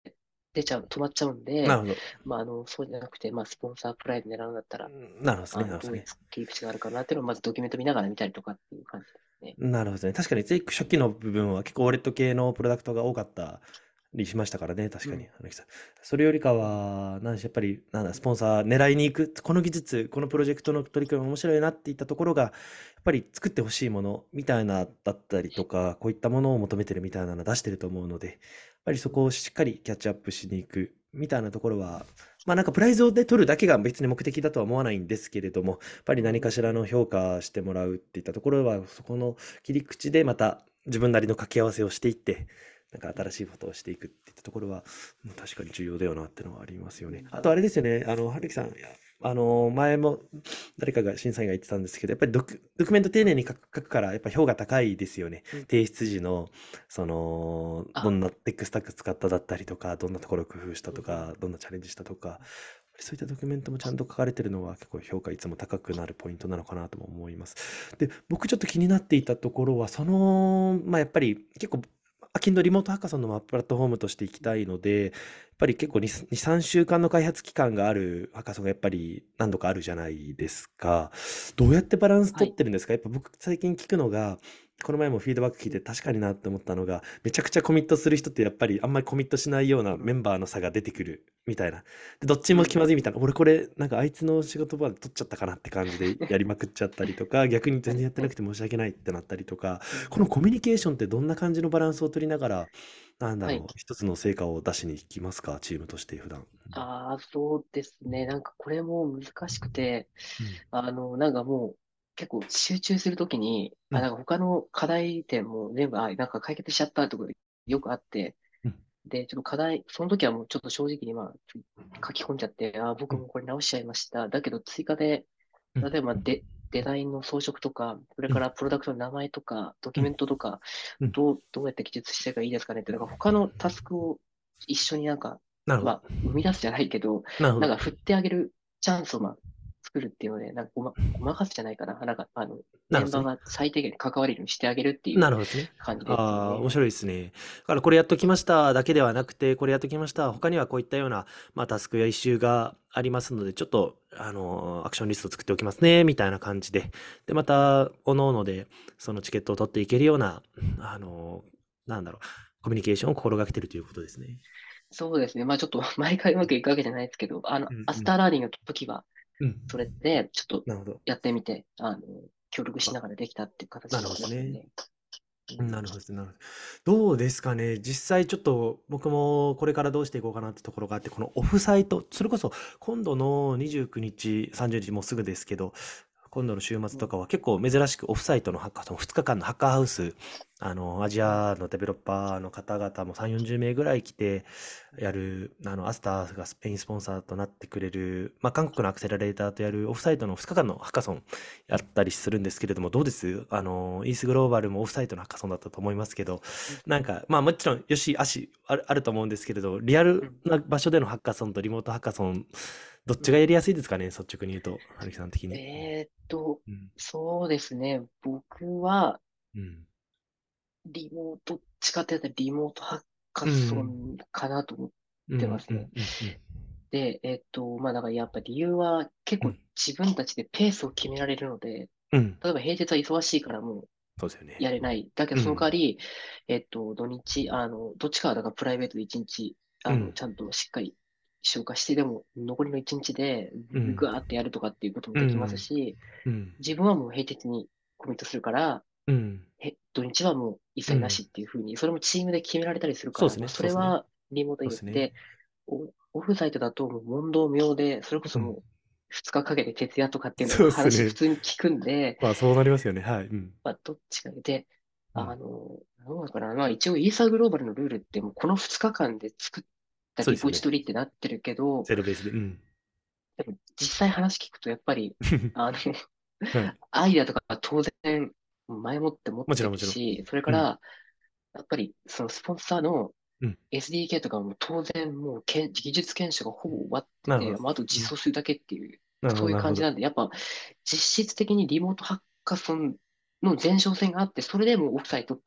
S2: 出ちゃう、止まっちゃうんで、
S1: なるほど。
S2: まあ、あの、そうじゃなくて、まあ、スポンサープライド狙うんだったら、
S1: うんなるほどですね。
S2: あの、どういう
S1: なるほどですね。
S2: 切り口があるかなっていうのを、まずドキュメント見ながら見たりとかっていう感じですね。
S1: なるほどね。確かに、つい初期の部分は結構ウォレット系のプロダクトが多かったりしましたからね。確かに、
S2: うん。
S1: 花木さん。それよりか
S2: うん。
S1: は、なんでしょうやっぱり、なんだ、スポンサー狙いに行く、この技術、このプロジェクトの取り組み面白いなっていったところが、やっぱり作ってほしいものみたいなだったりとか、こういったものを求めてるみたいなの出してると思うので、やっぱりそこをしっかりキャッチアップしに行くみたいなところは、まあなんかプライズをで取るだけが別に目的だとは思わないんですけれども、やっぱり
S2: うん。
S1: 何かしらの評価してもらうっていったところは、そこの切り口でまた自分なりの掛け合わせをしていって、なんか新しいことをしていくっていったところは、うん確かに重要だよなっていうのはありますよね。
S2: うん。
S1: あとあれですよね、あの、春樹さん、いやあの、前も誰かが審査員が言ってたんですけど、やっぱりドク、ドキュメント丁寧に書く書くから、やっぱ評価高いですよね。
S2: うん。
S1: 提出時の、その、ど
S2: あ、
S1: んなテックスタック使っただったりとか、どんなところを工夫した
S2: うん。うん。
S1: とか、どんなチャレンジしたとか、そういったドキュメントもちゃんと書かれてるのは結構評価いつも高くなるポイントなのかなとも思います。で、僕ちょっと気になっていたところは、その、まあ、やっぱり結構、アキンドリモートハッカソンのまあプラットフォームとしていきたいので、やっぱり結構に、に、さんしゅうかんの開発期間があるハッカソンがやっぱり何度かあるじゃないですか。どうやってバランス
S2: はい。
S1: 取ってるんですか？やっぱ僕最近聞くのが、この前もフィードバック聞い
S2: うん。
S1: て確かになって思ったのが、めちゃくちゃコミットする人ってやっぱりあんまりコミットしないような
S2: うん。
S1: メンバーの差が出てくるみたいな。で、どっちも気
S2: うん。
S1: まずいみたいな。俺これ、なんかあいつの仕事場で取っちゃったかなって感じでやりまくっちゃったりとか、逆に全然やってなくて申し訳ないってなったりとか、
S2: うん。
S1: このコミュニケーションってどんな感じのバランスを取りながら、なんだ
S2: はい。
S1: ろう、一つの成果を出しに行きますか、チームとして普段。
S2: ああ、そうですね。なんかこれも難しくて、
S1: うん。
S2: あの、なんかもう結構集中するときに、あ、
S1: うん。
S2: なんか他の課題点も全部、あ、なんか解決しちゃったとかよくあって、
S1: うん。
S2: で、ちょっと課題、その時はもうちょっと正直にまあ書き込んじゃって、あ、
S1: うん。
S2: 僕もこれ直しちゃいました。だけど追加で、
S1: うん。
S2: 例えばデ、デザインの装飾とか、それ
S1: うん。
S2: からプロダクトの名前とか、ドキュメ
S1: うん。
S2: ントとか、
S1: うん。
S2: どう、どうやって記述していけばいいですかねって、なんか他のタスクを一緒になんか、
S1: なるほど。
S2: まあ、生み出すじゃないけど、
S1: なるほど。
S2: なんか振ってあげるチャンスをまあ作るっていうので、なんかごま、ごまかすじゃないかな。なんか、あの、
S1: なるほどですね。
S2: メンバーが最低限関われるようにしてあげるっていう
S1: なるほどですね。
S2: 感じです
S1: ああ、面
S2: ね。
S1: 白いですね。だからこれやっときましただけではなくて、これやっときました。他にはこういったような、まあ、タスクやイシューがありますので、ちょっと、あの、アクションリスト作っておきますね、みたいな感じで。で、また、各々で、そのチケットを取っていけるような、あの、なんだろう、コミュニケーションを心がけてるということですね。
S2: そうですね。まあちょっと毎回うまくいくわけじゃないですけど、あの、
S1: うんうん。
S2: アスターラーニングの時は、
S1: うん。
S2: それでちょっと
S1: なるほど。
S2: やってみて、あの、協力し
S1: あ、
S2: ながらできたっていう
S1: な
S2: 形ではあ
S1: るほどですね。
S2: りますよね。うん。
S1: なるほどですね。なるほど。どうですかね。実際ちょっと僕もこれからどうしていこうかなってところがあって、このオフサイト、それこそ今度のにじゅうくにち、さんじゅうにちもうすぐですけど、今度の週末
S2: うん。
S1: とかは結構珍しくオフサイトのハッカーソン、ふつかかんのハッカーハウス、あの、アジ
S2: うん。
S1: アのデベロッパーの方々もさん、よんじゅう名ぐらい来てやる、あの、アスターがスペインスポンサーとなってくれる、まあ、韓国のアクセラレーターとやるオフサイトのふつかかんのハッカソンやったりするんですけれども、どうですあの、イースグローバルもオフサイトのハッカソンだったと思いますけど、
S2: うん。
S1: なんか、まあもちろん、よし、あし、ある、あると思うんですけれど、リアル
S2: うん。
S1: な場所でのハッカソンとリモートハッカソン、どっ
S2: うん。
S1: ちがやりやすいですかね、率直に言うと、はるきさん的に。
S2: えーっと、
S1: うん。
S2: そうですね。僕は、
S1: うん。
S2: リモート、どっちかって言ったらリモートハッカ
S1: うん。
S2: ソンかなと思っ
S1: うん。うん。
S2: てますね。
S1: うん。うん。
S2: で、えーっと、まあだからやっぱ理由は結構
S1: うん。
S2: 自分たちでペースを決められるので、
S1: うん。
S2: 例えば平日は忙しいからもう
S1: そうですよね。
S2: やれない。だけど、その代
S1: うん。
S2: わり、えっと、土日、あの、どっちかは、だからプライベートで一日、あの、
S1: うん。
S2: ちゃんとしっかり消化して、でも、残りの一日で、
S1: うん。
S2: ぐわーってやるとかっていうこともできます
S1: うん。
S2: し、
S1: うん。
S2: 自分はもう平日にコミットするから、
S1: うん。
S2: へ、土日はもう一切な
S1: うん。
S2: しっていうふうに、それもチームで決められたりするから、まあ、
S1: そうですね。そうですね。
S2: それはリモートいいです。
S1: そうですね。
S2: で、オオフサイトだともう問答無用で、それこ
S1: うん。
S2: そもう二日かけて徹夜とかっていうのを
S1: そうですね。
S2: 話普通に聞くんで、
S1: まあそうなりますよね。はい。うん。
S2: まあ、どっちかで、
S1: うん。
S2: あの、どうなのかな。まあ、一応、イーサーグローバルのルールって、もうこのふつかかんで作ったリポジ
S1: そうですよね。
S2: トリってなってるけど、
S1: ゼロベースで。うん。
S2: でも実際話聞くと、やっぱり、あの、
S1: はい。
S2: アイデアとか当然、前もって持って
S1: もちろんもちろん。
S2: るし、それか
S1: うん。
S2: ら、やっぱり、そのスポンサーの
S1: うん。
S2: エスディーケー とかも当然、もうけん、技術検証がほぼ終わってて、
S1: なるほど。
S2: まあ、あと
S1: うん。
S2: 実装するだけっていう、
S1: なるほど、
S2: そういう
S1: なるほど。
S2: 感じなんで、やっぱ、実質的にリモートハッカソンの前哨戦があって、それでもうオフサイトっていう、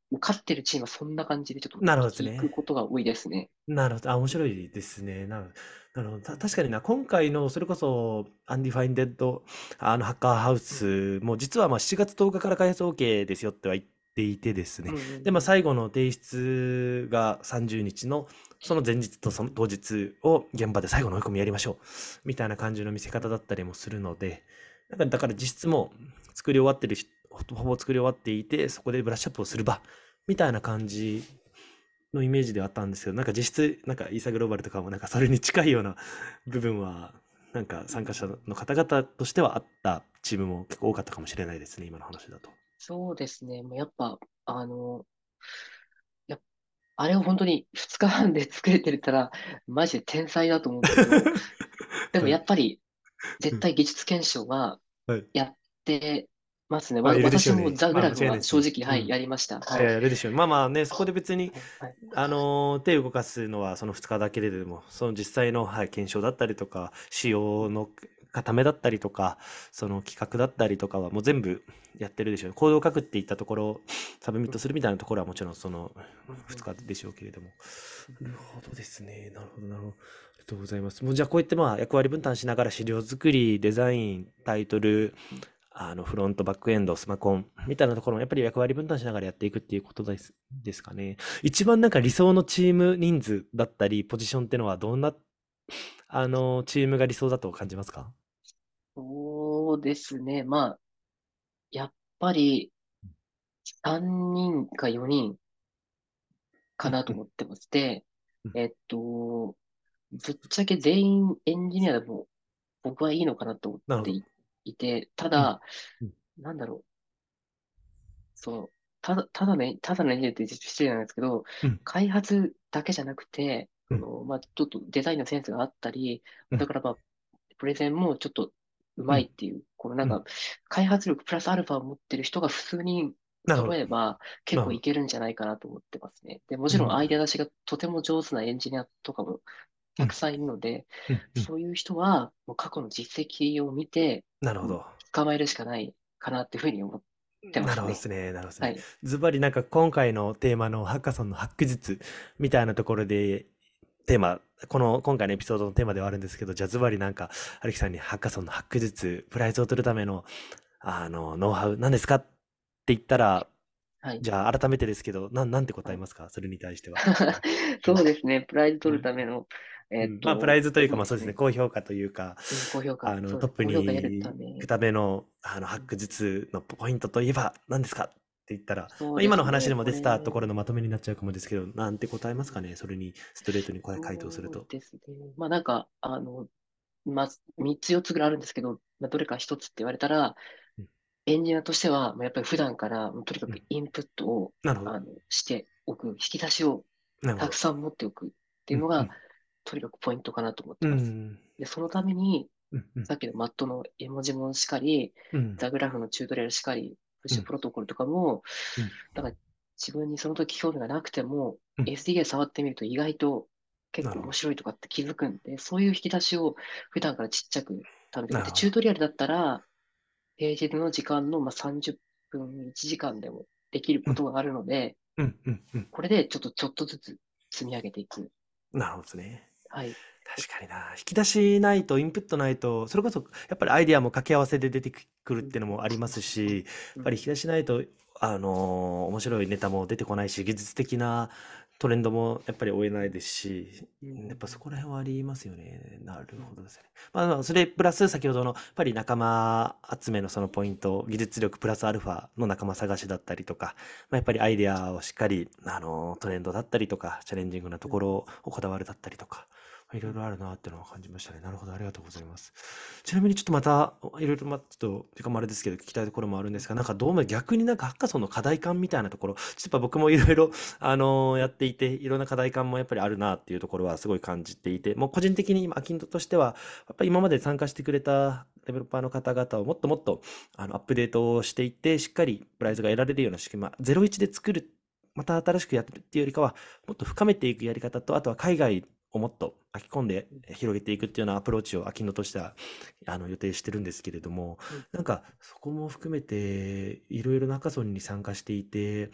S2: もう勝ってるチームはそんな感じでちょっと
S1: なるほどです
S2: 聞く
S1: ね。
S2: ことが多いですね。
S1: なるほど。あ、面白いですね。なるなるほど。た確かにな、今回のそれこそ、アンディファインデッド、あの、ハッカーハウ
S2: うん、
S1: スも、実はまあしちがつとおかかから開発 OK ですよっては言っていてですね。
S2: うん、うん、
S1: で、まあ
S2: うん。
S1: 最後の提出がさんじゅうにちの、その前日とその当日を現場で最後の追い込みやりましょう。みたいな感じの見せ方だったりもするので、なんかだから実質もう作り終わってるし、ほほぼ作り終わっていて、そこでブラッシュアップをする場、みたいな感じのイメージではあったんですけど、なんか実質、なんかイーサグローバルとかもなんかそれに近いような部分は、なんか
S2: うん、
S1: 参加者の方々としてはあったチームも結構多かったかもしれないですね、今の話だと。
S2: そうですね。もうやっぱ、あの、やっあれを本当にふつかはんで作れてたら、マジで天才だと思うんですけど、でも
S1: はい。
S2: やっぱり
S1: うん。
S2: 絶対技術検証は
S1: はい。
S2: やってますね。
S1: まあ、
S2: わ、
S1: いるでしょうね。
S2: 私もザグ
S1: まあ、間違
S2: ラフは
S1: いないですね。
S2: 正直、はい、
S1: うん。
S2: やりました。
S1: いや、
S2: はい。
S1: やるでしょう。まあまあね、そこで別に、
S2: はい。はい。
S1: あのー手を動かすのはそのふつかだけれども、その実際の、はい、検証だったりとか、仕様の固めだったりとか、その企画だったりとかはもう全部やってるでしょう。コードを書くっていったところ、サブミッ
S2: うん、
S1: トするみたいなところはもちろんその
S2: うん、うん、
S1: ふつかでしょうけれども。
S2: うん。
S1: なるほどですね。なるほど、なるほど。ありがとうございます。もうじゃあこうやってまあ役割分担しながら資料作り、デザイン、タイトル、あの、フロント、バックエンド、スマコンみたいなところもやっぱり役割分担しながらやっていくっていうことです、ですかね。一番なんか理想のチーム人数だったり、ポジションってのはどんな、あの、チームが理想だと感じますか？
S2: そうですね。まあ、やっぱりさんにんかよにんかなと
S1: うんうん
S2: 思ってます。で、
S1: うん。
S2: えっと、ぶっちゃけ全員エンジニアでも僕はいいのかなと思っ
S1: なるほど。
S2: ていいて、た
S1: うん。
S2: だ、
S1: うん。
S2: なんだろう。その、ただ、ただね、ただのエンジニアって失礼なんですけど、
S1: うん。
S2: 開発だけじゃなくて、
S1: うん。
S2: その、まあ、ちょっとデザインのセンスがあったり、
S1: うん。
S2: だからまあ、プレゼンもちょっとう
S1: うん。
S2: まいっていう、このなん
S1: うん。
S2: か、開発力プラスアルファを持ってる人が普通に
S1: なるほど。
S2: 揃えば結
S1: なるほど。
S2: 構いけるんじゃないかなと思ってますね。で、もちろんアイ
S1: うん。
S2: デア出しがとても上手なエンジニアとかも
S1: うん。
S2: たくさんいるので、
S1: うん。うん。
S2: そういう人はもう過去の実績を見て、もう
S1: なるほど。
S2: 捕まえるしかないかなっていうふうに思ってま
S1: なる
S2: すね。
S1: ほどですね。なるほどですね。
S2: はい。
S1: ズバリなんか今回のテーマのハッカソンのハック術みたいなところで、テーマ、この今回のエピソードのテーマではあるんですけど、じゃあズバリなんか、アレキさんにハッカソンのハック術、プライズを取るための、あの、ノウハウ、何ですかって言ったら、
S2: はい。
S1: じゃあ改めてですけど、なん、なんて答
S2: はい。
S1: えますか？それに対しては。う
S2: そうですね。プライド取る
S1: ん。
S2: ための、えーっ
S1: うん。まあ、プラ
S2: と、
S1: イズというか、まあそうですね、
S2: そうですね。
S1: 高評価というか、
S2: うん、高評価。
S1: あの、
S2: そうですね。
S1: トップ
S2: 高評価得る
S1: に
S2: ため。
S1: 行くための、あの、ハッ
S2: うん、
S1: ク術のポイントといえば何ですかって言ったら、
S2: そう
S1: まあ、今の
S2: ですね。
S1: 話でも出てたと
S2: これ、
S1: ころのまとめになっちゃうかもですけど、なんて答えますかね、それにストレートにこれ回答すると。
S2: そうですね。まあなんか、あの、まあ、みっつよっつぐらいあるんですけど、まあ、どれかひとつって言われたら、
S1: うん。
S2: エンジニアとしては、まあ、やっぱり普段から、もうとにか
S1: うん。
S2: くインプットを、
S1: なるほど。
S2: あの、しておく、引き出しを
S1: なるほど。
S2: たくさん持っておくって
S1: うん。
S2: いうのが、
S1: うん。
S2: とにかくポイントかなと思っ
S1: う
S2: てます。
S1: ん。
S2: で、そのために、
S1: うん。うん。
S2: さっきのマットの絵文字もしかり、
S1: うん。
S2: ザグラフのチュートリアルしかり、プッ
S1: うん。
S2: シュプロトコルとかも、
S1: うん。
S2: なんか自分にその時興味がなくても、
S1: うん。
S2: エスディーケー 触ってみると意外と結構面
S1: なるほど。
S2: 白いとかって気づくんで、そういう引き出しを普段からちっちゃく貯めておく。で、チュー
S1: なるほど。
S2: トリアルだったら、平日の時間のまあさんじゅっぷん、いちじかんでもできる
S1: うん。
S2: ことがあるので、
S1: うん。うん。うん。
S2: これでちょっとちょっとずつ積み上げていく。
S1: なるほどですね。
S2: はい。
S1: 確かにな。引き出しないと、インプットないと、それこそやっぱりアイデアも掛け合わせで出てくるっ
S2: うん、
S1: ていうのもありますし、やっ
S2: うん、
S1: ぱり引き出しないと、あのー面白いネタも出てこないし、技術的なトレンドもやっぱり追えないですし、
S2: うん、うん、
S1: やっぱそこら辺はありますよね。なる
S2: うん、
S1: ほどですね。まあ、まあそれプラス先ほどの、やっぱり仲間集めのそのポイント、技術力プラスアルファの仲間探しだったりとか、まあ、やっぱりアイデアをしっかり、あのートレンドだったりとか、チャレンジングなと
S2: うん、
S1: ころをこだわるだったりとか、いろい
S2: うん。
S1: ろあるなっていうのは感じましたね。なるほど、ありがとうございます。ちなみにちょっとまた、いろいろ、ま、ちょっと、てかもあれですけど、聞きたいところもあるんですが、なんかどうも逆になんかハッカソンの課題感みたいなところ、ちょっとやっぱ僕もいろいろ、あのーやっていて、いろんな課題感もやっぱりあるなっていうところはすごい感じていて、もう個人的に今、アキントとしては、やっぱり今まで参加してくれたデベロッパーの方々をもっともっと、あの、アップデートをしていって、しっかりプライズが得られるような仕組み、まあ、ゼロイチで作る、また新しくやってるっていうよりかは、もっと深めていくやり方と、あとは海外をもっと書き込んで広げていくっていうようなアプローチをアキンドとしてはあの予定してるんですけれども、
S2: うん、
S1: なんかそこも含めていろいろなハッカソンに参加していて、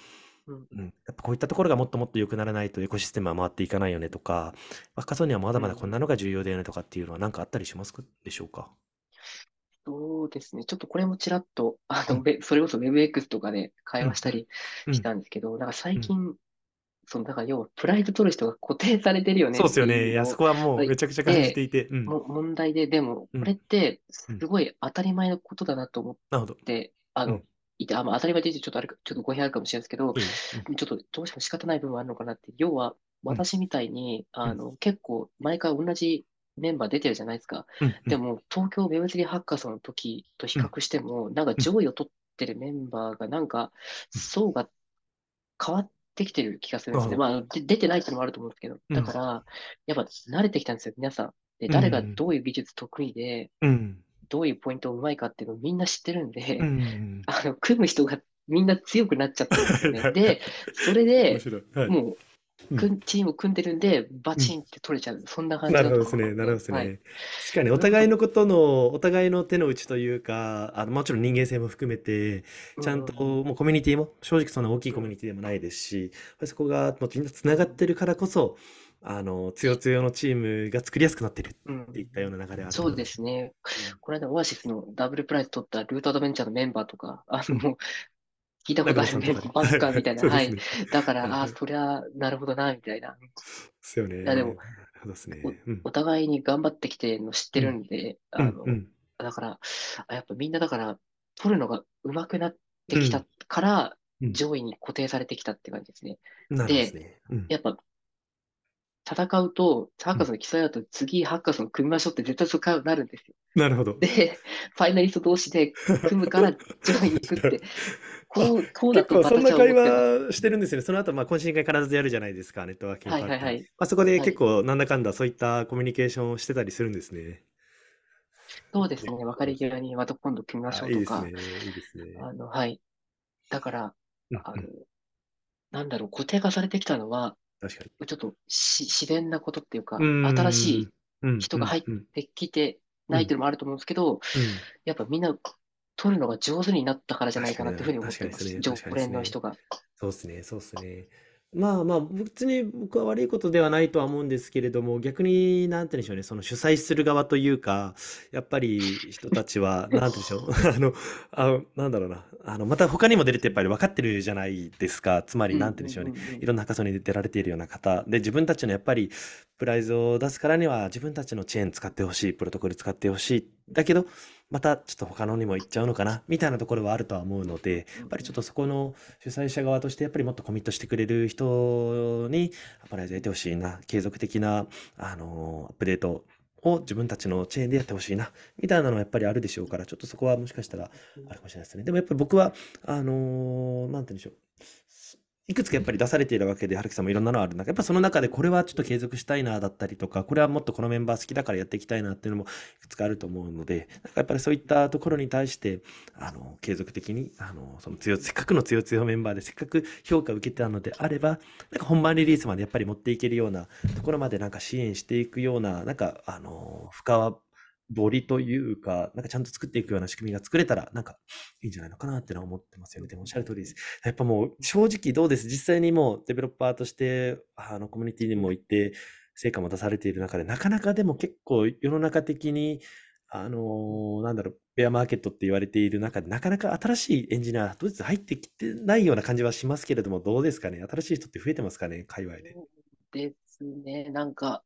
S2: うん、
S1: うん、やっぱこういったところがもっともっと良くならないとエコシステムは回っていかないよねとか、ハッカソンにはまだまだこん
S2: うん。
S1: なのが重要だよねとかっていうのは何かあったりしますでしょうか？
S2: そうですね。ちょっとこれもちらっと、あの、
S1: うん、
S2: べそれこそ WebX とかで会
S1: うん、
S2: 話したり
S1: うん、
S2: したんですけど、なんか
S1: うん。
S2: 最近、その、だから要はプライド取る人が固定されてるよね
S1: そう
S2: っ
S1: ですよね。いや、そ
S2: ていうの
S1: こはもうめちゃくちゃ感じて
S2: で、
S1: いて、うん、
S2: も、問題で、でも、これ
S1: うん、
S2: って
S1: うん。
S2: すごい当たり前のことだなと思っ
S1: なるほど。
S2: て、あの、
S1: うん、
S2: いて、あ、まあ、当たり前で言うとちょっとあれか、ちょっと語弊あるかもしれないですけど、
S1: いい。うん、
S2: ちょっとどうしても仕方ない部分はあるのかなって、要は、
S1: うん、
S2: 私みたいに、
S1: うん、
S2: あの、結構、毎回同じメンバー出てるじゃないですか。
S1: うん、うん、
S2: でも、東京 ウェブスリー ハッカソンの時と比
S1: うん、
S2: 較しても、なんか
S1: うん、
S2: 上位を取ってるメンバーが、なんか、
S1: うん。
S2: 層が変わってきてる気がするんですね。
S1: なるほど。
S2: まあ、で出てないっていうのもあると思うんですけど、
S1: うん、
S2: だから、やっぱ慣れてきたんですよ、皆さん。で、
S1: う
S2: 誰が
S1: ん、
S2: どういう技術得意で、
S1: うん、
S2: どういうポイントをうまいかっていうのをみんな知ってるん
S1: う
S2: で、
S1: ん。
S2: あの、組む人がみんな強くなっちゃってるんですよね。で、それで
S1: 面白い。はい。
S2: もう、
S1: うん、
S2: くんチーム組んでるんで、バ
S1: うん。
S2: チンって取れちゃう。そんな感
S1: な
S2: じだと
S1: るほどですね。なるほど
S2: 思うので、はい。
S1: ですね。確かにお
S2: それこそ、
S1: 互いのことの、お互いの手の内というか、あの、もちろん人間性も含めて、
S2: うん
S1: ちゃんと
S2: うんうん、
S1: もうコミュニティも、正直そんな大きい
S2: うん、
S1: コミュニティでもないですし、やっぱりそこがもうみんなつながっ
S2: うん、
S1: てるからこそ、あの、つよつよのチームが作りやすくなってるっ
S2: うん。
S1: ていったような流れはあると
S2: そう
S1: 思います。
S2: ですね。
S1: うん。
S2: この間、オアシスのダブルプライズ取ったルートアドベンチャーのメンバーとか、あの、
S1: うん。
S2: もう聞いたこと
S1: 中
S2: あるメンバー
S1: 野さんとかね。
S2: ばっかみたいな。はい。
S1: そうですね。
S2: だから、あ、
S1: はいはい。
S2: そりゃ、なるほどな、みたいな。い
S1: ですよね。
S2: や、でも、
S1: なるほどです
S2: お、
S1: ね。うん。
S2: お互いに頑張ってきてるの知ってる
S1: うん。
S2: んで、
S1: うん。う
S2: あの、
S1: ん。
S2: だから、あ、やっぱみんなだから、取るのが上手くなって
S1: うん。
S2: きたから、
S1: うん。
S2: 上位に固定されてきたって感じですね。
S1: なるほどです
S2: で、
S1: ね。うん。
S2: やっぱ戦うと、ハッ
S1: うん。
S2: カソン競い合うと、次ハッカソン組みましょうって絶対そうなるんですよ。
S1: なるほど。
S2: で、ファイナリスト同士で組むから上位に行くって、
S1: あ、
S2: こう、こうだ
S1: 結構そんな
S2: と私は思
S1: 会
S2: ってます。
S1: 話してるんですよね。その後、まあ、懇親会必ずやるじゃないですか、ネットワーキングパーティー。
S2: はいはいはい。
S1: まあ、そこで
S2: はい。
S1: 結構、なんだかんだそういったコミュニケーションをしてたりするんですね。
S2: そうですね。別れ際にまた今度組みまし
S1: あ、
S2: ょうとか、
S1: いいですね。いいですね。
S2: あの、はい。だから、
S1: うんうん。
S2: あの、なんだろう、固定化されてきたのは、
S1: 確かに。
S2: ちょっとし自然なことっていう
S1: うー
S2: か、新し
S1: ん。
S2: い
S1: うんう
S2: 人が入っ
S1: んうん。
S2: てきて
S1: うん。
S2: ないっていうのもあると思うんですけど、
S1: うん。
S2: やっぱみんな取るのが上手になったからじゃな
S1: 確かにな、
S2: いかなっていうふうに思ってます。
S1: 確かにですね。
S2: 常
S1: 確かにですね。
S2: 連の人が。
S1: そうですね、そうですね。まあまあ、別に僕は悪いことではないとは思うんですけれども、逆に、なんて言うんでしょうね、その主催する側というか、やっぱり人たちは、なんて言うんでしょう、あの、あなんだろうな、あの、また他にも出れてやっぱり分かってるじゃないですか。つまり、
S2: うんうん
S1: なんて言うんでしょうね、
S2: うんうん。
S1: いろんなハカソンに出られているような方、で、自分たちのやっぱり、プライズを出すからには、自分たちのチェーン使ってほしい、プロトコル使ってほしい。だけど、またちょっと他のにも行っちゃうのかな、みたいなところはあるとは思うので、やっぱりちょっとそこの主催者側としてやっぱりもっとコミットしてくれる人にアプライズやってほしいな、継続的な、あの、アップデートを自分たちのチェーンでやってほしいな、みたいなのはやっぱりあるでしょうから、ちょっとそこはもしかしたらあるかもしれないですね。でもやっぱり僕は、あの、なんて言うんでしょう。いくつかやっぱり出されているわけで、春樹さんもいろんなのある中、やっぱその中でこれはちょっと継続したいなだったりとか、これはもっとこのメンバー好きだからやっていきたいなっていうのもいくつかあると思うので、なんかやっぱりそういったところに対して、あの、継続的に、あの、その強、せっかくの強強メンバーでせっかく評価を受けたのであれば、なんか本番リリースまでやっぱり持っていけるようなところまでなんか支援していくような、なんか、あの、深掘りというか、なんかちゃんと作っていくような仕組みが作れたら、なんかいいんじゃないのかなっていうのは思ってますよね。でもおっしゃる通りです。やっぱもう正直どうです実際にもうデベロッパーとして、あのコミュニティにも行って成果も出されている中で、なかなかでも結構世の中的に、あのーなんだろう、ベアマーケットって言われている中で、なかなか新しいエンジニア、どうです入ってきてないような感じはしますけれども、どうですかね新しい人って増えてますかね界隈で。
S2: そうですね。なんか、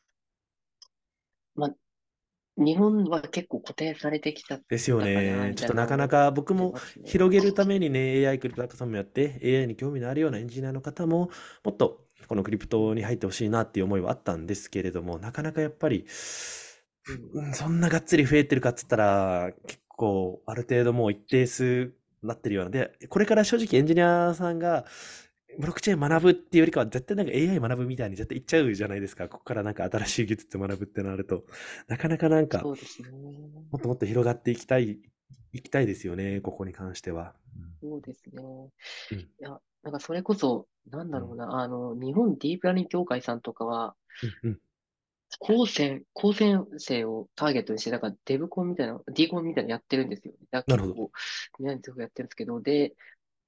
S2: まあ、日本は結構固定されてきちゃっ
S1: ですよ
S2: たかな、
S1: ね。
S2: みたい
S1: ちょっとなかな
S2: な思っ
S1: か僕も
S2: てますね。
S1: 広げるためにね、エーアイ クリプトハッカソンもやって、エーアイ に興味のあるようなエンジニアの方も、もっとこのクリプトに入ってほしいなっていう思いはあったんですけれども、なかなかやっぱり、
S2: うん。
S1: うんそんながっつり増えてるかっつったら、結構ある程度もう一定数なってるようなで、これから正直エンジニアさんがブロックチェーン学ぶっていうよりかは、絶対なんか エーアイ 学ぶみたいに絶対言っちゃうじゃないですか。ここからなんか新しい技術学ぶってなると、なかなかなんか、
S2: そうですね。
S1: もっともっと広がっていきたい、いきたいですよね、ここに関しては。
S2: そうですね。
S1: うん。
S2: いや、なんかそれこそ、なん
S1: うん。
S2: だろうな、あの、日本ディープラーニング協会さんとかは、
S1: うん。うん。
S2: 高専、高専生をターゲットにして、なんかデブコンみたいな、ディーコンみたいなのやってるんですよ。だから
S1: なるほど。
S2: 結構、みんなでやってるんですけど、で、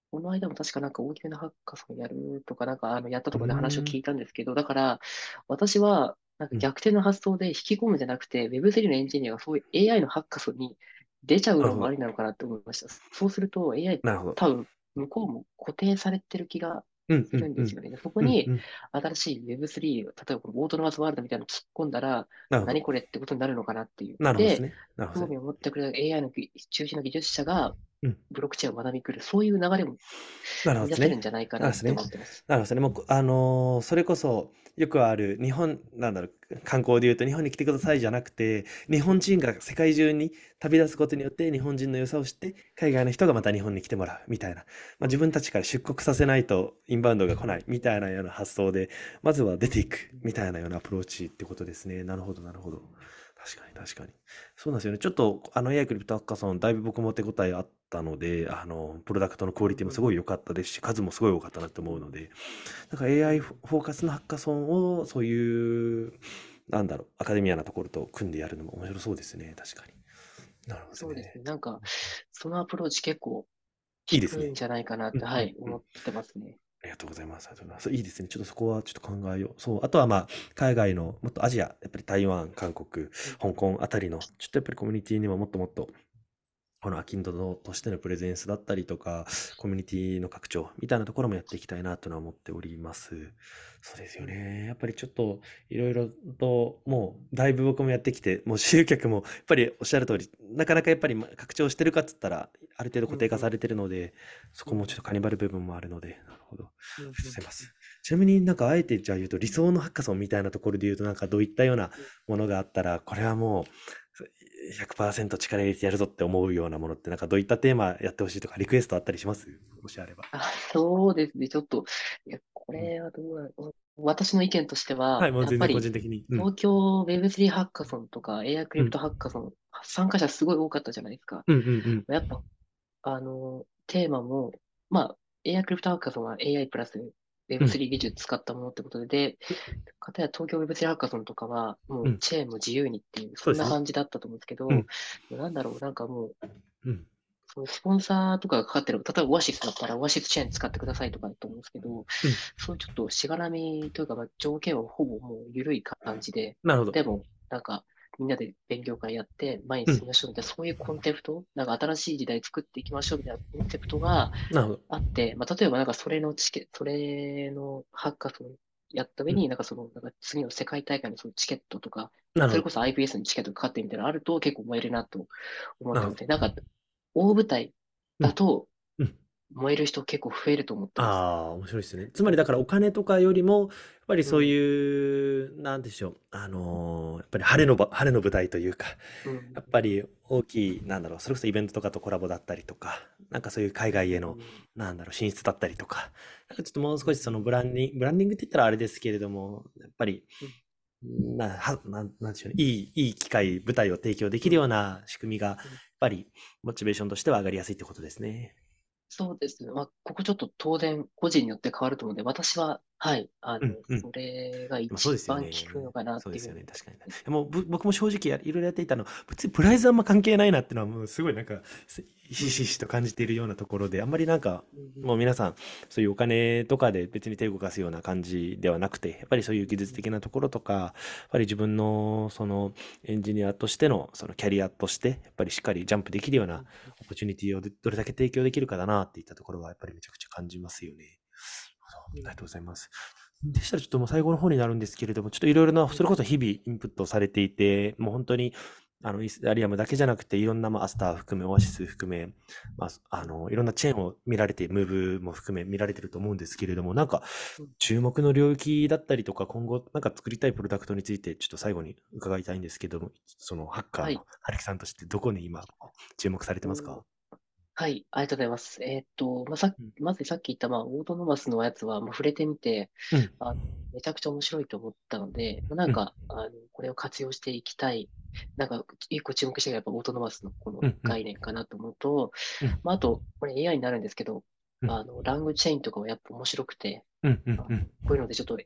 S2: この間も確かなんか大きめのハッカソンやるとか、なんかあのやった
S1: うー
S2: とかで話を聞
S1: ん。
S2: いたんですけど、だから私はなんか
S1: うん。
S2: 逆転の発想で引き込むんじゃなくて、ウェブスリー のエンジニアがそういう エーアイ のハッカソンに出ちゃうのもあり
S1: なるほど。
S2: なのかなって思いました。そうすると エーアイ
S1: なるほど。
S2: 多分向こうも固定されてる気が
S1: うん
S2: す
S1: うんうん。
S2: るんですよね。でそこに
S1: うんうん。
S2: 新しい ウェブスリー、例えばこのオートノマスワールドみたいなの突っ込んだら、
S1: なるほど。
S2: 何これってことになるのかなっていう。で、
S1: なるほどですね。なるほどですね。
S2: 興味を持ってくれる エーアイ の中心の技術者が
S1: うん。
S2: ブロックチェーンを学びに来る、そういう流れも
S1: なるほ
S2: 生み出せるん
S1: どですね。
S2: じゃないかなって
S1: なるほどですね。
S2: 思ってます。
S1: なるほどですね。もう、こあの、それこそ、よくある日本なんだろう、観光で言うと日本に来てくださいじゃなくて、日本人が世界中に旅立つことによって日本人の良さを知って、海外の人がまた日本に来てもらうみたいな。まあ、
S2: うん、
S1: 自分たちから出国させないとインバウンドが来
S2: うん、
S1: ないみたいなような発想で、まずは出
S2: うん、
S1: ていくみたいなようなアプローチってことですね。なるほど、なるほど。確かに、確かに。そうなんですよね。ちょっと、あの、エーアイクリプトハッカソン、だいぶ僕も手応えあったので、あの、プロダクトのクオリティもすごい良かったですし、数もすごい多かったなと
S2: うん、
S1: 思うので、なんか エーアイ
S2: うん。
S1: フォーカスのハッカソンを、そういう、なんだろう、アカデミアなところと組んでやるのも面白そうですね。確かに。なるほどですね。
S2: そうですね。なんか、そのアプローチ結構効
S1: いいですね。
S2: くんじゃないかなって、
S1: うん
S2: はい、
S1: うんうん。
S2: 思ってますね。
S1: ありがとうございます。ありがとうございます。いいですね。ちょっとそこはちょっと考えよう。そう。あとはまあ、海外の、もっとアジア、やっぱり台湾、韓国、
S2: うん、
S1: 香港あたりの、ちょっとやっぱりコミュニティにももっともっとこのアキンドとしてのプレゼンスだったりとか、コミュニティの拡張みたいなところもやっていきたいなというのは思っております。そうです
S2: うん、
S1: よね。やっぱりちょっといろいろともうだいぶ僕もやってきて、もう集客もやっぱりおっしゃる通り、なかなかやっぱり拡張してるかっつったら、ある程度
S2: うん、うん、
S1: 固定化されてるので、そ
S2: うん、
S1: こもちょっとカニバル部分もあるので、なるほど。あ
S2: うん、
S1: りがとう
S2: うん、
S1: ございます。ちなみになんかあえてじゃあ言うと理想のハッカソンみたいなところで言うとなんかどういったような
S2: うん。
S1: ものがあったら、これはもうひゃくパーセント力入れてやるぞって思うようなものって、なんかどういったテーマやってほしいとか、リクエストあったりします？もしあれば。
S2: あ、そうですね。ちょっと、いや、こ
S1: うん。
S2: れはどうなの、私の意見としては、
S1: はい、もう全然個
S2: やっぱり、
S1: 人的に。うん。
S2: 東京 ウェブスリー ハッカソンとか エーアイ ク
S1: うん。
S2: リプトハッカソン、参加者すごい多かったじゃないですか。
S1: うんうんうん。
S2: やっぱあの、テーマも、まあ、エーアイ クリプトハッカソンは エーアイ プラス
S1: うん。
S2: ウェブスリー 技術使ったものってことで、で、かたや東京 ウェブスリー ハッカソンとかは、も
S1: うん。
S2: うチェーンも自由にっていう、そんな
S1: そうですね。
S2: 感じだったと思うんですけど、
S1: うん。
S2: なんだろう、なんかもう、
S1: うん。
S2: そのスポンサーとかがかかってる、例えばオアシスだったらオアシスチェーン使ってくださいとかだと思うんですけど、
S1: うん。
S2: そういうちょっとしがらみというか、まあ、条件はほぼもう緩い感じで、
S1: なるほど。
S2: でも、なんか、みんなで勉強会やって前に
S1: うん。
S2: 進みましょうみたいな、そういうコンセプト、なんか新しい時代作っていきましょうみたいなコンセプトが
S1: なるほど。
S2: あって、まあ、例えばなんかそれのチケ、それのハッカソンやった上
S1: うん。
S2: に、なんかその、なんか次の世界大会のそのチケットとか、
S1: なるほど。
S2: それこそ アイピーエス のチケットかかってみたいなのあると結構燃えるなと思っ
S1: なるほど。
S2: てますね。なんか、大舞台
S1: うん。
S2: だと
S1: うん。
S2: 燃える人結構増えると思ってます。
S1: ああ、面白いですね。つまりだからお金とかよりも、やっぱりそう
S2: うん、
S1: いう、なんでしょう、あのーやっぱり晴れの場、晴れの舞台というか、
S2: うん、
S1: やっぱり大きい、なんだろう、それこそイベントとかとコラボだったりとか、なんかそういう海外への、
S2: うん、
S1: なんだろう、進出だったりとか、なんかちょっともう
S2: うん、
S1: 少しそのブランディング、ブランディングって言ったらあれですけれども、やっぱり、
S2: うん、
S1: な、は、なん、なんでしょうね、いい、いい機会、舞台を提供でき
S2: うん、
S1: るような仕組みが、やっ
S2: うん。
S1: ぱり、モチベーションとしては上がりやすいってことですね。
S2: そうですね。まあ、ここちょっと当然個人によって変わると思うので、私は、はい、あの、
S1: うん、うん。
S2: それが
S1: でもそうで
S2: 一
S1: すよね。
S2: 番効くのかなっ
S1: そうですよね。
S2: ていうふうに思って
S1: 確かに。
S2: ます。
S1: でもぶ僕も正直やいろいろやっていたの、別にプライズあんま関係ないなっていうのはもうすごいなんか、すひ
S2: うん、
S1: しひしと感じているようなところで、あんまりなんか、
S2: うん、
S1: もう皆さん、そういうお金とかで別に手を動かすような感じではなくて、やっぱりそういう技術
S2: うん、
S1: 的なところとか、やっぱり自分のそのエンジニアとしてのそのキャリアとして、やっぱりしっかりジャンプできるような
S2: うん、
S1: オポチュニティをどどれだけ提供できるかだなっていったところは、やっぱりめちゃくちゃ感じますよね。あ
S2: うん、
S1: りがとうございます。でしたらちょっともう最後の方になるんですけれども、ちょっといろいろな、
S2: うん、
S1: それこそ日々インプットされていて、もう本当に、あの、イスラリアムだけじゃなくて、いろんな、まあ、アスター含め、オアシス含め、まあ、あの、いろんなチェーンを見られて、ムーブも含め見られてると思うんですけれども、なんか、
S2: うん。
S1: 注目の領域だったりとか、今後、なんか作りたいプロダクトについて、ちょっと最後に伺いたいんですけども、そのハッカー
S2: はい。
S1: の春木さんとしてどこに今、注目されて
S2: うん、
S1: ますか？
S2: はい、ありがとうございます。えーっと、まあ、さ、
S1: うん。
S2: まずさっき言った、まあ、オートノマスのやつは、まあ、触れてみて、
S1: うん。
S2: あの、めちゃくちゃ面白いと思ったので、まあ、な
S1: うん。
S2: んか、あの、これを活用していきたい。なんか、一個注目してるのがやっぱオートノマスのこの
S1: うん。うん。
S2: 概念かなと思うと、
S1: うん。
S2: まあ、あと、これ エーアイ になるんですけど、
S1: うん。
S2: あの、ラングチェインとかはやっぱ面白くて、
S1: うん。うん。
S2: あの
S1: うん。
S2: こういうのでちょっと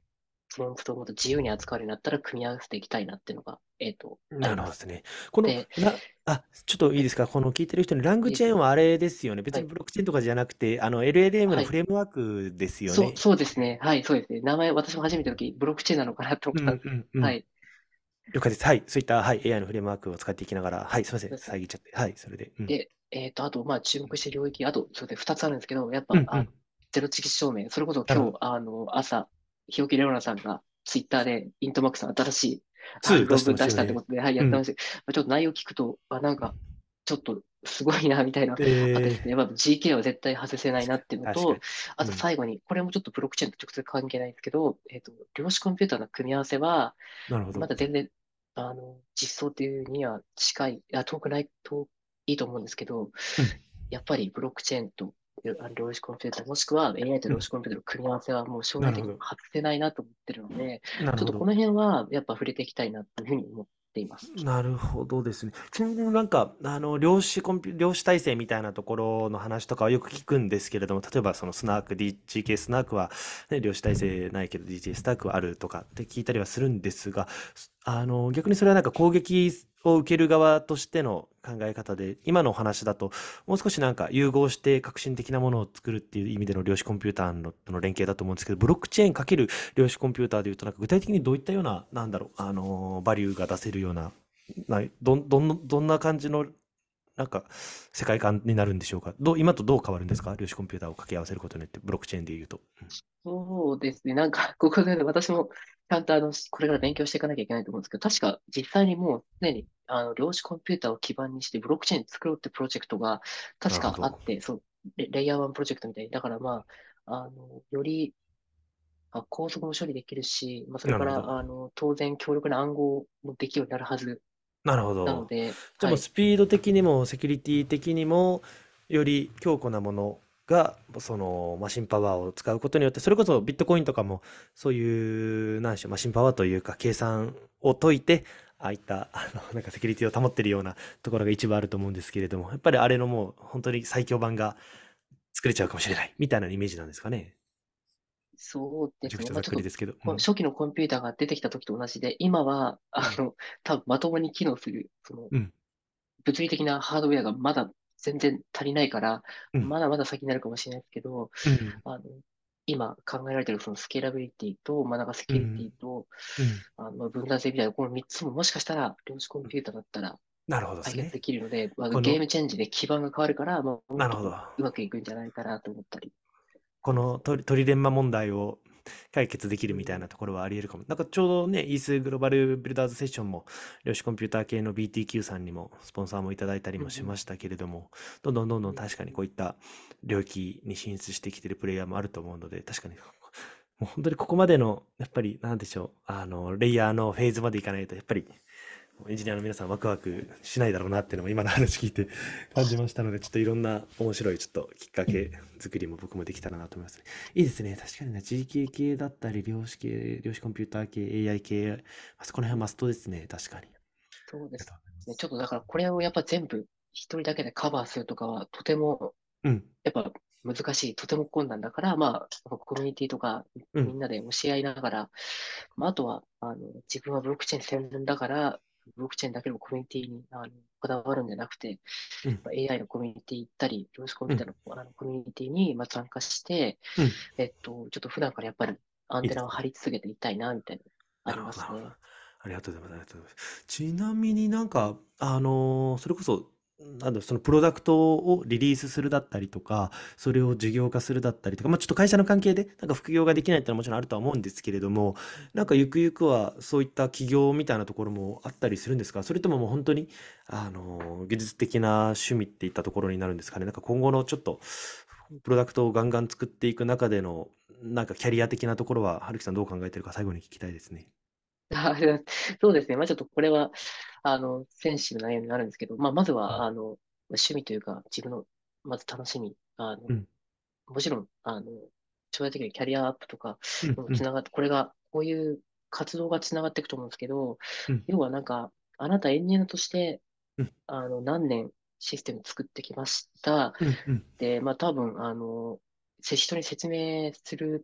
S2: プロンプトをもっと自由に扱えるようになったら組み合わせていきたいなっていうのが、えっと、あります。
S1: なるほどですね。この、
S2: で、
S1: ラあ、ちょっといい
S2: はい、
S1: ですか、この聞いてる人に、ラング
S2: いいですよ。
S1: チェーンはあれですよね。別
S2: はい、
S1: にブロックチェーンとかじゃなくて、あの、エルエルエム の
S2: はい。
S1: フレームワークですよ
S2: そう、
S1: ね。
S2: そうですね。はい、そうですね。名前、私も初めての時、ブロックチェーンなのかなと思ったんですけど、
S1: うんうんうん。
S2: はい。
S1: 了解です。はい。そういった、はい、エーアイ のフレームワークを使っていきながら、はい、すいません。
S2: そうですね。
S1: 遮っちゃって。はい、それで。うん。
S2: で、えっと、あと、まあ、注目してる領域、あと、そうですね、二つあるんですけど、やっぱ、あの、
S1: うんうん。
S2: ゼロ知識証明、それこそ
S1: なるほど。
S2: 今日、あの、朝、日置レオナさんが、ツイッターで、イントマックスの新しい、あの、
S1: ツー出して
S2: 論文出
S1: ますよね。
S2: したってことで、はい、や
S1: うん。
S2: ってましたけど、まあちょっと内容聞くと、あ、なんか、ちょっと、すごいな、みたいな、あったりして、
S1: え
S2: やっぱ ジーケー は絶対外せ
S1: ー、
S2: ないな
S1: 確か
S2: っていうの
S1: に、確か
S2: と、
S1: に。
S2: あ
S1: うん。
S2: と最後に、これもちょっとブロックチェーンと直接関係ないんですけど、えっと、量子コンピューターの組み合わせは、
S1: なるほど。
S2: まだ全然、あの、実装っていうには近い、いや、遠くない、遠いいと思うんですけど、
S1: うん。
S2: やっぱりブロックチェーンとあの量子コンピューター、もしくは エーアイ と
S1: うん。
S2: 量子コンピューターの組み合わせはもう将来的に
S1: なるほど。
S2: 外せないなと思ってるので、
S1: なるほど。
S2: ちょっとこの辺はやっぱ触れていきたいなというふうに思っています。
S1: なるほどですね。ちなみになんか、あの、量子コンピュ、量子体制みたいなところの話とかはよく聞くんですけれども、例えばそのスナーク、D、ジーケー スナークは、ね、量子体制ないけど ディージェー スタークはあるとかって聞いたりはするんですが、あの、逆にそれはなんか攻撃を受ける側としての考え方で、今のお話だと、もう少しなんか融合して革新的なものを作るっていう意味での量子コンピューターのとの連携だと思うんですけど、ブロックチェーンかける量子コンピューターでいうと、なんか具体的にどういったような、なんだろう、あの、バリューが出せるようななどん、どんな、どんな感じの、なんか、世界観になるんでしょうか。どう、今とどう変わるんですか、量子コンピューターを掛け合わせることによって、ブロックチェーンで言うと。
S2: そうですね。なんか、ここで私もちゃんとあの、これから勉強していかなきゃいけないと思うんですけど、確か実際にもう常にあの量子コンピューターを基盤にしてブロックチェーン作ろうってプロジェクトが確
S1: なるほど。
S2: かあって、そう、レ、レイヤーワンプロジェクトみたいに。だからまあ、あの、よりあ高速も処理できるし、まあ、それから、
S1: なるほど。
S2: あの、当然強力な暗号もできるようになるはず
S1: なるほど。
S2: なので、
S1: じゃあもう
S2: はい。
S1: スピード的にもセキュリティ的にもより強固なものがそのマシンパワーを使うことによってそれこそビットコインとかもそういう何でしょうマシンパワーというか計算を解いてああいったあのなんかセキュリティを保っているようなところが一部あると思うんですけれどもやっぱりあれのもう本当に最強版が作れちゃうかもしれないみたいなイメージなんですかね。
S2: そうですね。
S1: めちゃくちゃざ
S2: まあ、ちょっと、
S1: っくりですけど。うん。
S2: この初期のコンピューターが出てきた時と同じで、今は、
S1: うん。
S2: あの、多分まともに機能する、その、
S1: うん。
S2: 物理的なハードウェアがまだ全然足りないから、
S1: うん。
S2: まだまだ先になるかもしれないですけど、
S1: うん。
S2: あの、今考えられているそのスケーラビリティと、まあ、なんかセキュリテ
S1: うん。
S2: ィと、
S1: うん。
S2: あの、分断性みたいな、このみっつももしかしたら量子コンピューターだったら
S1: なるほどです
S2: 解決で
S1: ね。
S2: きるので、まあ、
S1: この、
S2: ゲームチェンジで基盤が変わるから、まあ、もっと
S1: なるほど。
S2: こう、うまくいくんじゃないかなと思ったりしますね。
S1: このトリ、トリレンマ問題を解決できるみたい
S2: うん。
S1: なところはあり得るかも。なんかちょうどね、イースグローバルビルダーズセッションも、量子コンピューター系の ビーティーキュー さんにもスポンサーもいただいたり
S2: うんうん
S1: もしましたけれども、どんどんどんどん
S2: うん
S1: 確かにこういった領域に進出してきてるプレイヤーもあると思うので、確かに、もう本当にここまでの、やっぱり、なんでしょう、あの、レイヤーのフェーズまでいかないと、やっぱりエンジニアの皆さんワクワクしないだろうなっていうのも今の話聞いて感じましたので、ちょっといろんな面白いちょっときっかけ作りも僕もできたらなと思いますね。いいですね。確かにね、ジーケー 系だったり、量子系、量子コンピューター系、エーアイ 系、あそこの辺はマストですね。確かに。あり
S2: そうです
S1: がとうございま
S2: ね。ちょっ
S1: す。
S2: とだからこれをやっぱ全部一人だけでカバーするとかはとても
S1: うん、
S2: やっぱ難しい、とても困難だから、まあ、コミュニティとか
S1: うん、
S2: みんなで教え合いながら、まあ、あとはあの自分はブロックチェーン専門だから、ブロックチェーンだけのコミュニティにあのこだわるんじゃなくて、
S1: うん、
S2: まあ エーアイ のコミュニティ行ったり、量子コン
S1: うん、
S2: ピューターのあのコミュニティにまあ参加して、
S1: うん。
S2: えっと、ちょっと普段からやっぱりアンテナを張
S1: いいですね。
S2: り続けていきたいな、みたいな、あり
S1: なるほど、なるほど。
S2: ますね。
S1: ありがとうございます。ありがとうございます。ちなみになんか、あのーそれこそ、なんだろう、そのプロダクトをリリースするだったりとか、それを事業化するだったりとか、まあちょっと会社の関係で、なんか副業ができないってのはもちろんあるとは思うんですけれども、なんかゆくゆくはそういった起業みたいなところもあったりするんですか、それとももう本当に、あのー技術的な趣味っていったところになるんですかね。なんか今後のちょっと、プロダクトをガンガン作っていく中での、なんかキャリア的なところは、春樹さんどう考えてるか最後に聞きたいですね。
S2: あそうですね。まあちょっとこれは、あの、センシティブな内容になるんですけど、まあまずは、あの、趣味というか、自分の、まず楽しみ、あの、
S1: うん、
S2: もちろん、あの、将来的にキャリアアップとか
S1: うん、うん、
S2: にもつながって、これが、こういう活動がつながっていくと思うんですけど、
S1: うん、
S2: 要はなんか、あなたエンジニアとして、
S1: うん、
S2: あの、何年システム作ってきました。
S1: うん、うん、
S2: で、まあ多分、あの、せ人に説明する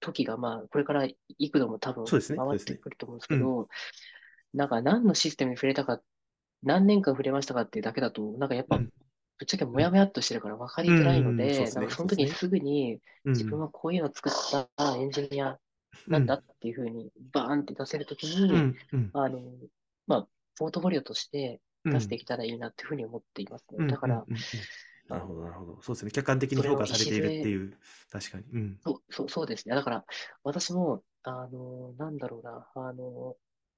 S2: 時が、まあ、これから幾度も多分
S1: そうですね。
S2: 回っ
S1: そうですね。
S2: てくると思うんです
S1: うん。
S2: けど、なんか何のシステムに触れたか、何年間触れましたかっていうだけだと、なんかやっぱ、ぶ
S1: うん。
S2: っちゃけ
S1: うん。
S2: モヤモヤっとしてるから分かり
S1: う
S2: づらいの
S1: ん。そうで
S2: で、
S1: すね。
S2: なんかそ
S1: そうですね。
S2: の時にすぐに
S1: うん。
S2: 自分はこういうのを作ったエンジニア
S1: うん。
S2: なんだっていうふうにバーンって出せるときに、
S1: うん。うん。
S2: あの、まあ、ポートフォリオとして
S1: うん。
S2: 出していけたらいいなっていうふうに思っていますね。
S1: うん。うん。
S2: だから、
S1: うん。うん。
S2: あの、
S1: なるほど、なるほど。そうですね。客観的に評
S2: それの
S1: 価されているって
S2: 礎、
S1: いう。確かに。うん。
S2: そう、そう、そうですね。だから、私も、あの、なんだろうな、あの、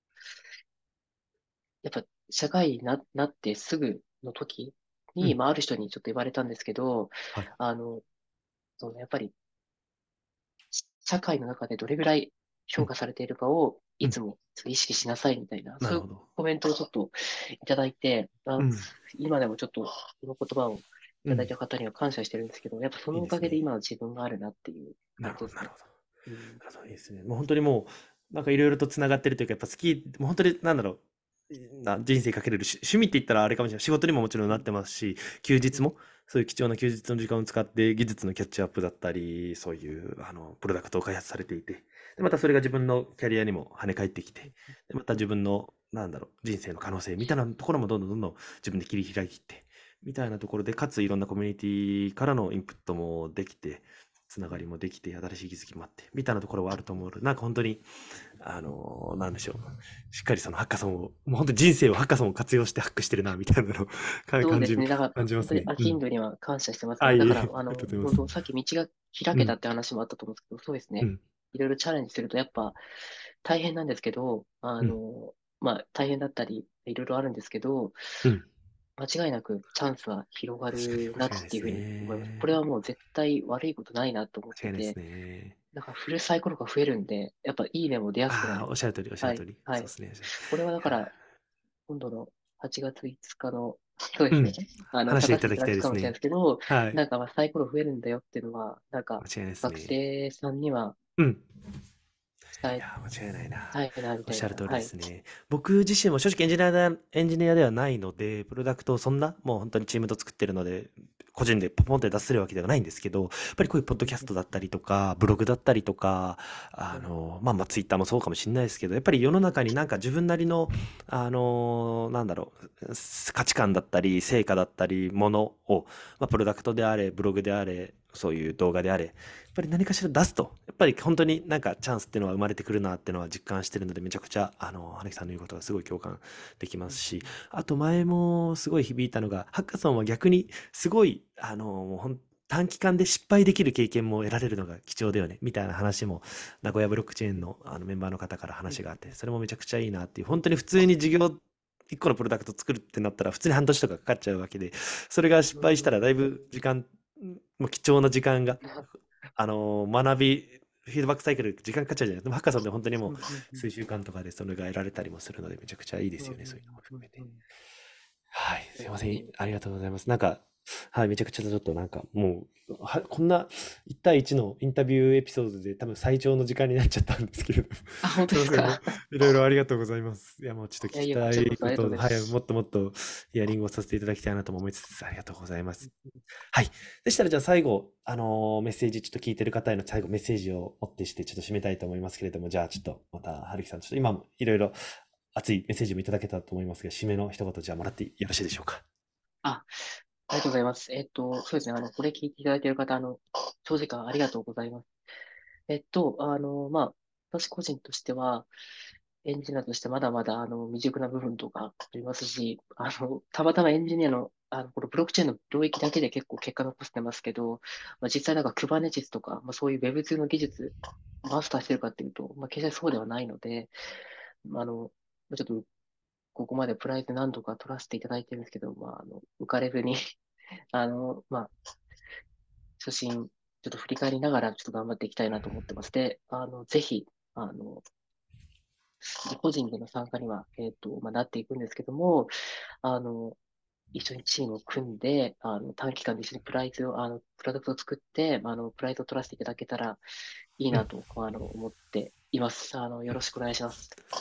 S2: やっぱ社会にな、なってすぐの時に、
S1: うん。
S2: まあ、ある人にちょっと言われたんですけど、
S1: はい。
S2: あの、そのやっぱり社会の中でどれぐらい
S1: うん。
S2: 評価されているかを
S1: うん。
S2: いつも意識しなさいみたいな、そういう
S1: なるほど。
S2: コメントをちょっといただいて、あ、
S1: うん。
S2: 今でもちょっとこの言葉をい
S1: うん。
S2: ただいた方には感謝してるんですけど、やっぱそのおかげで
S1: いいですね。
S2: 今の自分があるなっていう
S1: なるほど、
S2: 感じですね。
S1: なるほど。
S2: うん。
S1: なるほど、いいですね。もう本当にもう、なんかいろいろとつながってるというか、やっぱ好き、もう本当になんだろう、な人生かけれるし趣味って言ったらあれかもしれない。仕事にももちろんなっ
S2: うん。
S1: てますし、休
S2: うん。
S1: 日も、そういう貴重な休日の時間を使って技術のキャッチアップだったり、そういうあのプロダクトを開発されていて、で、またそれが自分のキャリアにも跳ね返ってきて、で、また
S2: うん。
S1: 自分の、なんだろう、人生の可能性みたいなところもどんどんどんどん自分で切り開いていって、みたいなところで、かついろんなコミュニティからのインプットもできて、つながりもできて、新しい気づきもあって、みたいなところはあると思うので、なんか本当に、あのーなんでしょう。しっかりそのハッカソンを、もう本当に人生をハッカソンを活用してハックしてるな、みたいなのをか感じる、
S2: そうですね。だから、本当に
S1: 感じますね。うん。
S2: アキンドには感謝してます
S1: あ、
S2: ね。
S1: いえいえ、
S2: だから、あ
S1: ありが
S2: の、
S1: とうございます。
S2: 本当、さっき道が開
S1: うん、
S2: けたって話もあったと思うんですけど、そうですね。
S1: うん、
S2: いろいろチャレンジすると、やっぱ大変なんですけど、あ
S1: うん、
S2: の、まあ、大変だったり、いろいろあるんですけど、
S1: うん。
S2: 間違いなくチャンスは広が
S1: 確かに、
S2: るなっ
S1: 間違いないです
S2: ていうふうに思います。こ
S1: ね。
S2: れはもう絶対悪いことないなと思っ
S1: 間違いないです
S2: てて、
S1: ね。
S2: だからフルサイクルが増えるんで、やっぱいいねも出やすくな
S1: ああ、
S2: ります。
S1: おっしゃる通り、おっしゃ
S2: はい、
S1: る通り。
S2: はい。
S1: そうですね。
S2: これはだから、今度のはちがついつかの、そうですね。
S1: うん。
S2: あの、
S1: 話していただき
S2: 話していただ
S1: たいですね。
S2: くかもしれないですけど、
S1: はい。
S2: なんかまあサイコロ増えるんだよっていうのは、なんか
S1: 間違いないです
S2: 学
S1: ね。
S2: 生さんには
S1: うん。
S2: 伝え
S1: いやー、間違いないな。
S2: たいな、みたいな。
S1: おっしゃる通り
S2: はい。
S1: ですね。僕自身も正直エンジニアで、エンジニアではないので、プロダクトをそんな、もう本当にチームと作ってるので、個人でポポンって出せるわけではないんですけど、やっぱりこういうポッドキャストだったりとか、ブログだったりとか、あの、まあまあツイッターもそうかもしれないですけど、やっぱり世の中になんか自分なりの、あの、なんだろう、価値観だったり、成果だったり、ものを、まあプロダクトであれ、ブログであれ、そういう動画であれ、やっぱり何かしら出すと、やっぱり本当になんかチャンスっていうのは生まれてくるなっていうのは実感してるので、めちゃくちゃ、あの、花木さんの言うことがすごい共感できますし、あと前もすごい響いたのが、ハッカソンは逆にすごい、あの、もうほん短期間で失敗できる経験も得られるのが貴重だよね、みたいな話も、名古屋ブロックチェーンのあのメンバーの方から話があって、それもめちゃくちゃいいなっていう、本当に普通に事業一個のプロダクト作るってなったら普通に半年とかかかっちゃうわけで、それが失敗したらだいぶ時間、もう貴重な時間があの、学び、フィードバックサイクル、時間かかっちゃうじゃないですか。でも、ハッカソンって本当にもう数週間とかでそれが得られたりもするので、めちゃくちゃいいですよね、そういうのも含めて。はい、すいません。ありがとうございます。なんか、はい、めちゃくちゃちょっとなんか、もう、はこんないち対いちのインタビューエピソードで多分最長の時間になっちゃったんですけれども、
S2: あ、本当
S1: すいません。も
S2: ですか。
S1: ういろいろありがとうございます。いや、もうちょっと聞
S2: いやいや、こ
S1: きた
S2: ちらこそありがとう
S1: いことを、はい、
S2: ございます。
S1: もっともっとヒアリングをさせていただきたいなとも思いつつ、ありがとうございます。はい。でしたら、じゃあ最後、あのーメッセージ、ちょっと聞いてる方への最後メッセージをもってして、ちょっと締めたいと思いますけれども、じゃあちょっとまた、はるきさん、ちょっと今もいろいろ熱いメッセージもいただけたと思いますが、締めの一言、じゃあもらってよろしいでしょうか。
S2: あ、ありがとうございます。えっと、そうですね。あの、これ聞いていただいている方、あの、長時間ありがとうございます。えっと、あの、まあ、私個人としては、エンジニアとしてまだまだ、あの、未熟な部分とかありますし、あの、たまたまエンジニアの、あの、このブロックチェーンの領域だけで結構結果残してますけど、まあ、実際なんか Kubernetes とか、まあ、そういう Web の技術、マスターしてるかっていうと、まあ、決してそうではないので、まああの、ちょっと、ここまでプライズ何度か取らせていただいてるんですけど、まあ、あの、浮かれずにあの、まあ、初心、ちょっと振り返りながら、ちょっと頑張っていきたいなと思ってます。で、あの、ぜひ、あの、個人での参加には、えっと、まあ、なっていくんですけども、あの、一緒にチームを組んで、あの、短期間で一緒にプライズを、あの、プロダクトを作って、まああの、プライズを取らせていただけたらいい
S1: うん。
S2: なと、あの、思っています。あの、よろしくお願いします。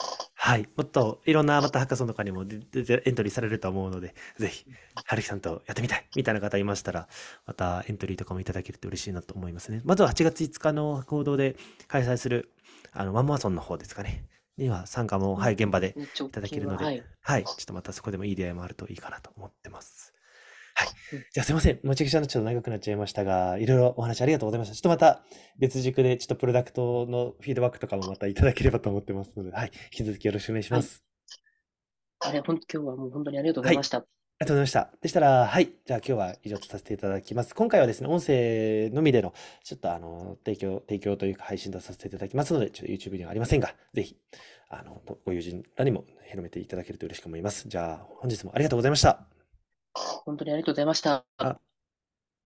S1: はい。もっといろんなまたハッカソンとかにもでででエントリーされると思うので、ぜひ、はるきさんとやってみたいみたいな方いましたら、またエントリーとかもいただけると嬉しいなと思いますね。まずははちがついつかの行動で開催する、あの、ワンマンソンの方ですかね。には参加も、はい、
S2: うん、
S1: 現場で
S2: ね、直
S1: いただけ
S2: 近は、
S1: るので、
S2: はい。
S1: はい。ちょっとまたそこでもいい出会いもあるといいかなと思ってます。はい。
S2: うん、
S1: じゃあすいません。もちくちゃんのちょっと長くなっちゃいましたが、いろいろお話ありがとうございました。ちょっとまた別軸でちょっとプロダクトのフィードバックとかもまたいただければと思ってますので、はい。引き続きよろしくお願いし
S2: はい。
S1: ます。
S2: あれ、ほん、今日はもう本当にありがとうござ
S1: はい。あり
S2: いました。
S1: がとうございました。でしたら、はい。じゃあ今日は以上とさせていただきます。今回はですね、音声のみでの、ちょっとあの、提供、提供というか配信とさせていただきますので、ちょっと YouTube にはありませんが、ぜひ、あの、ご友人らにも広めていただけると嬉しく思います。じゃあ、本日もありがとうございました。
S2: 本当にありがとうございました。
S1: あ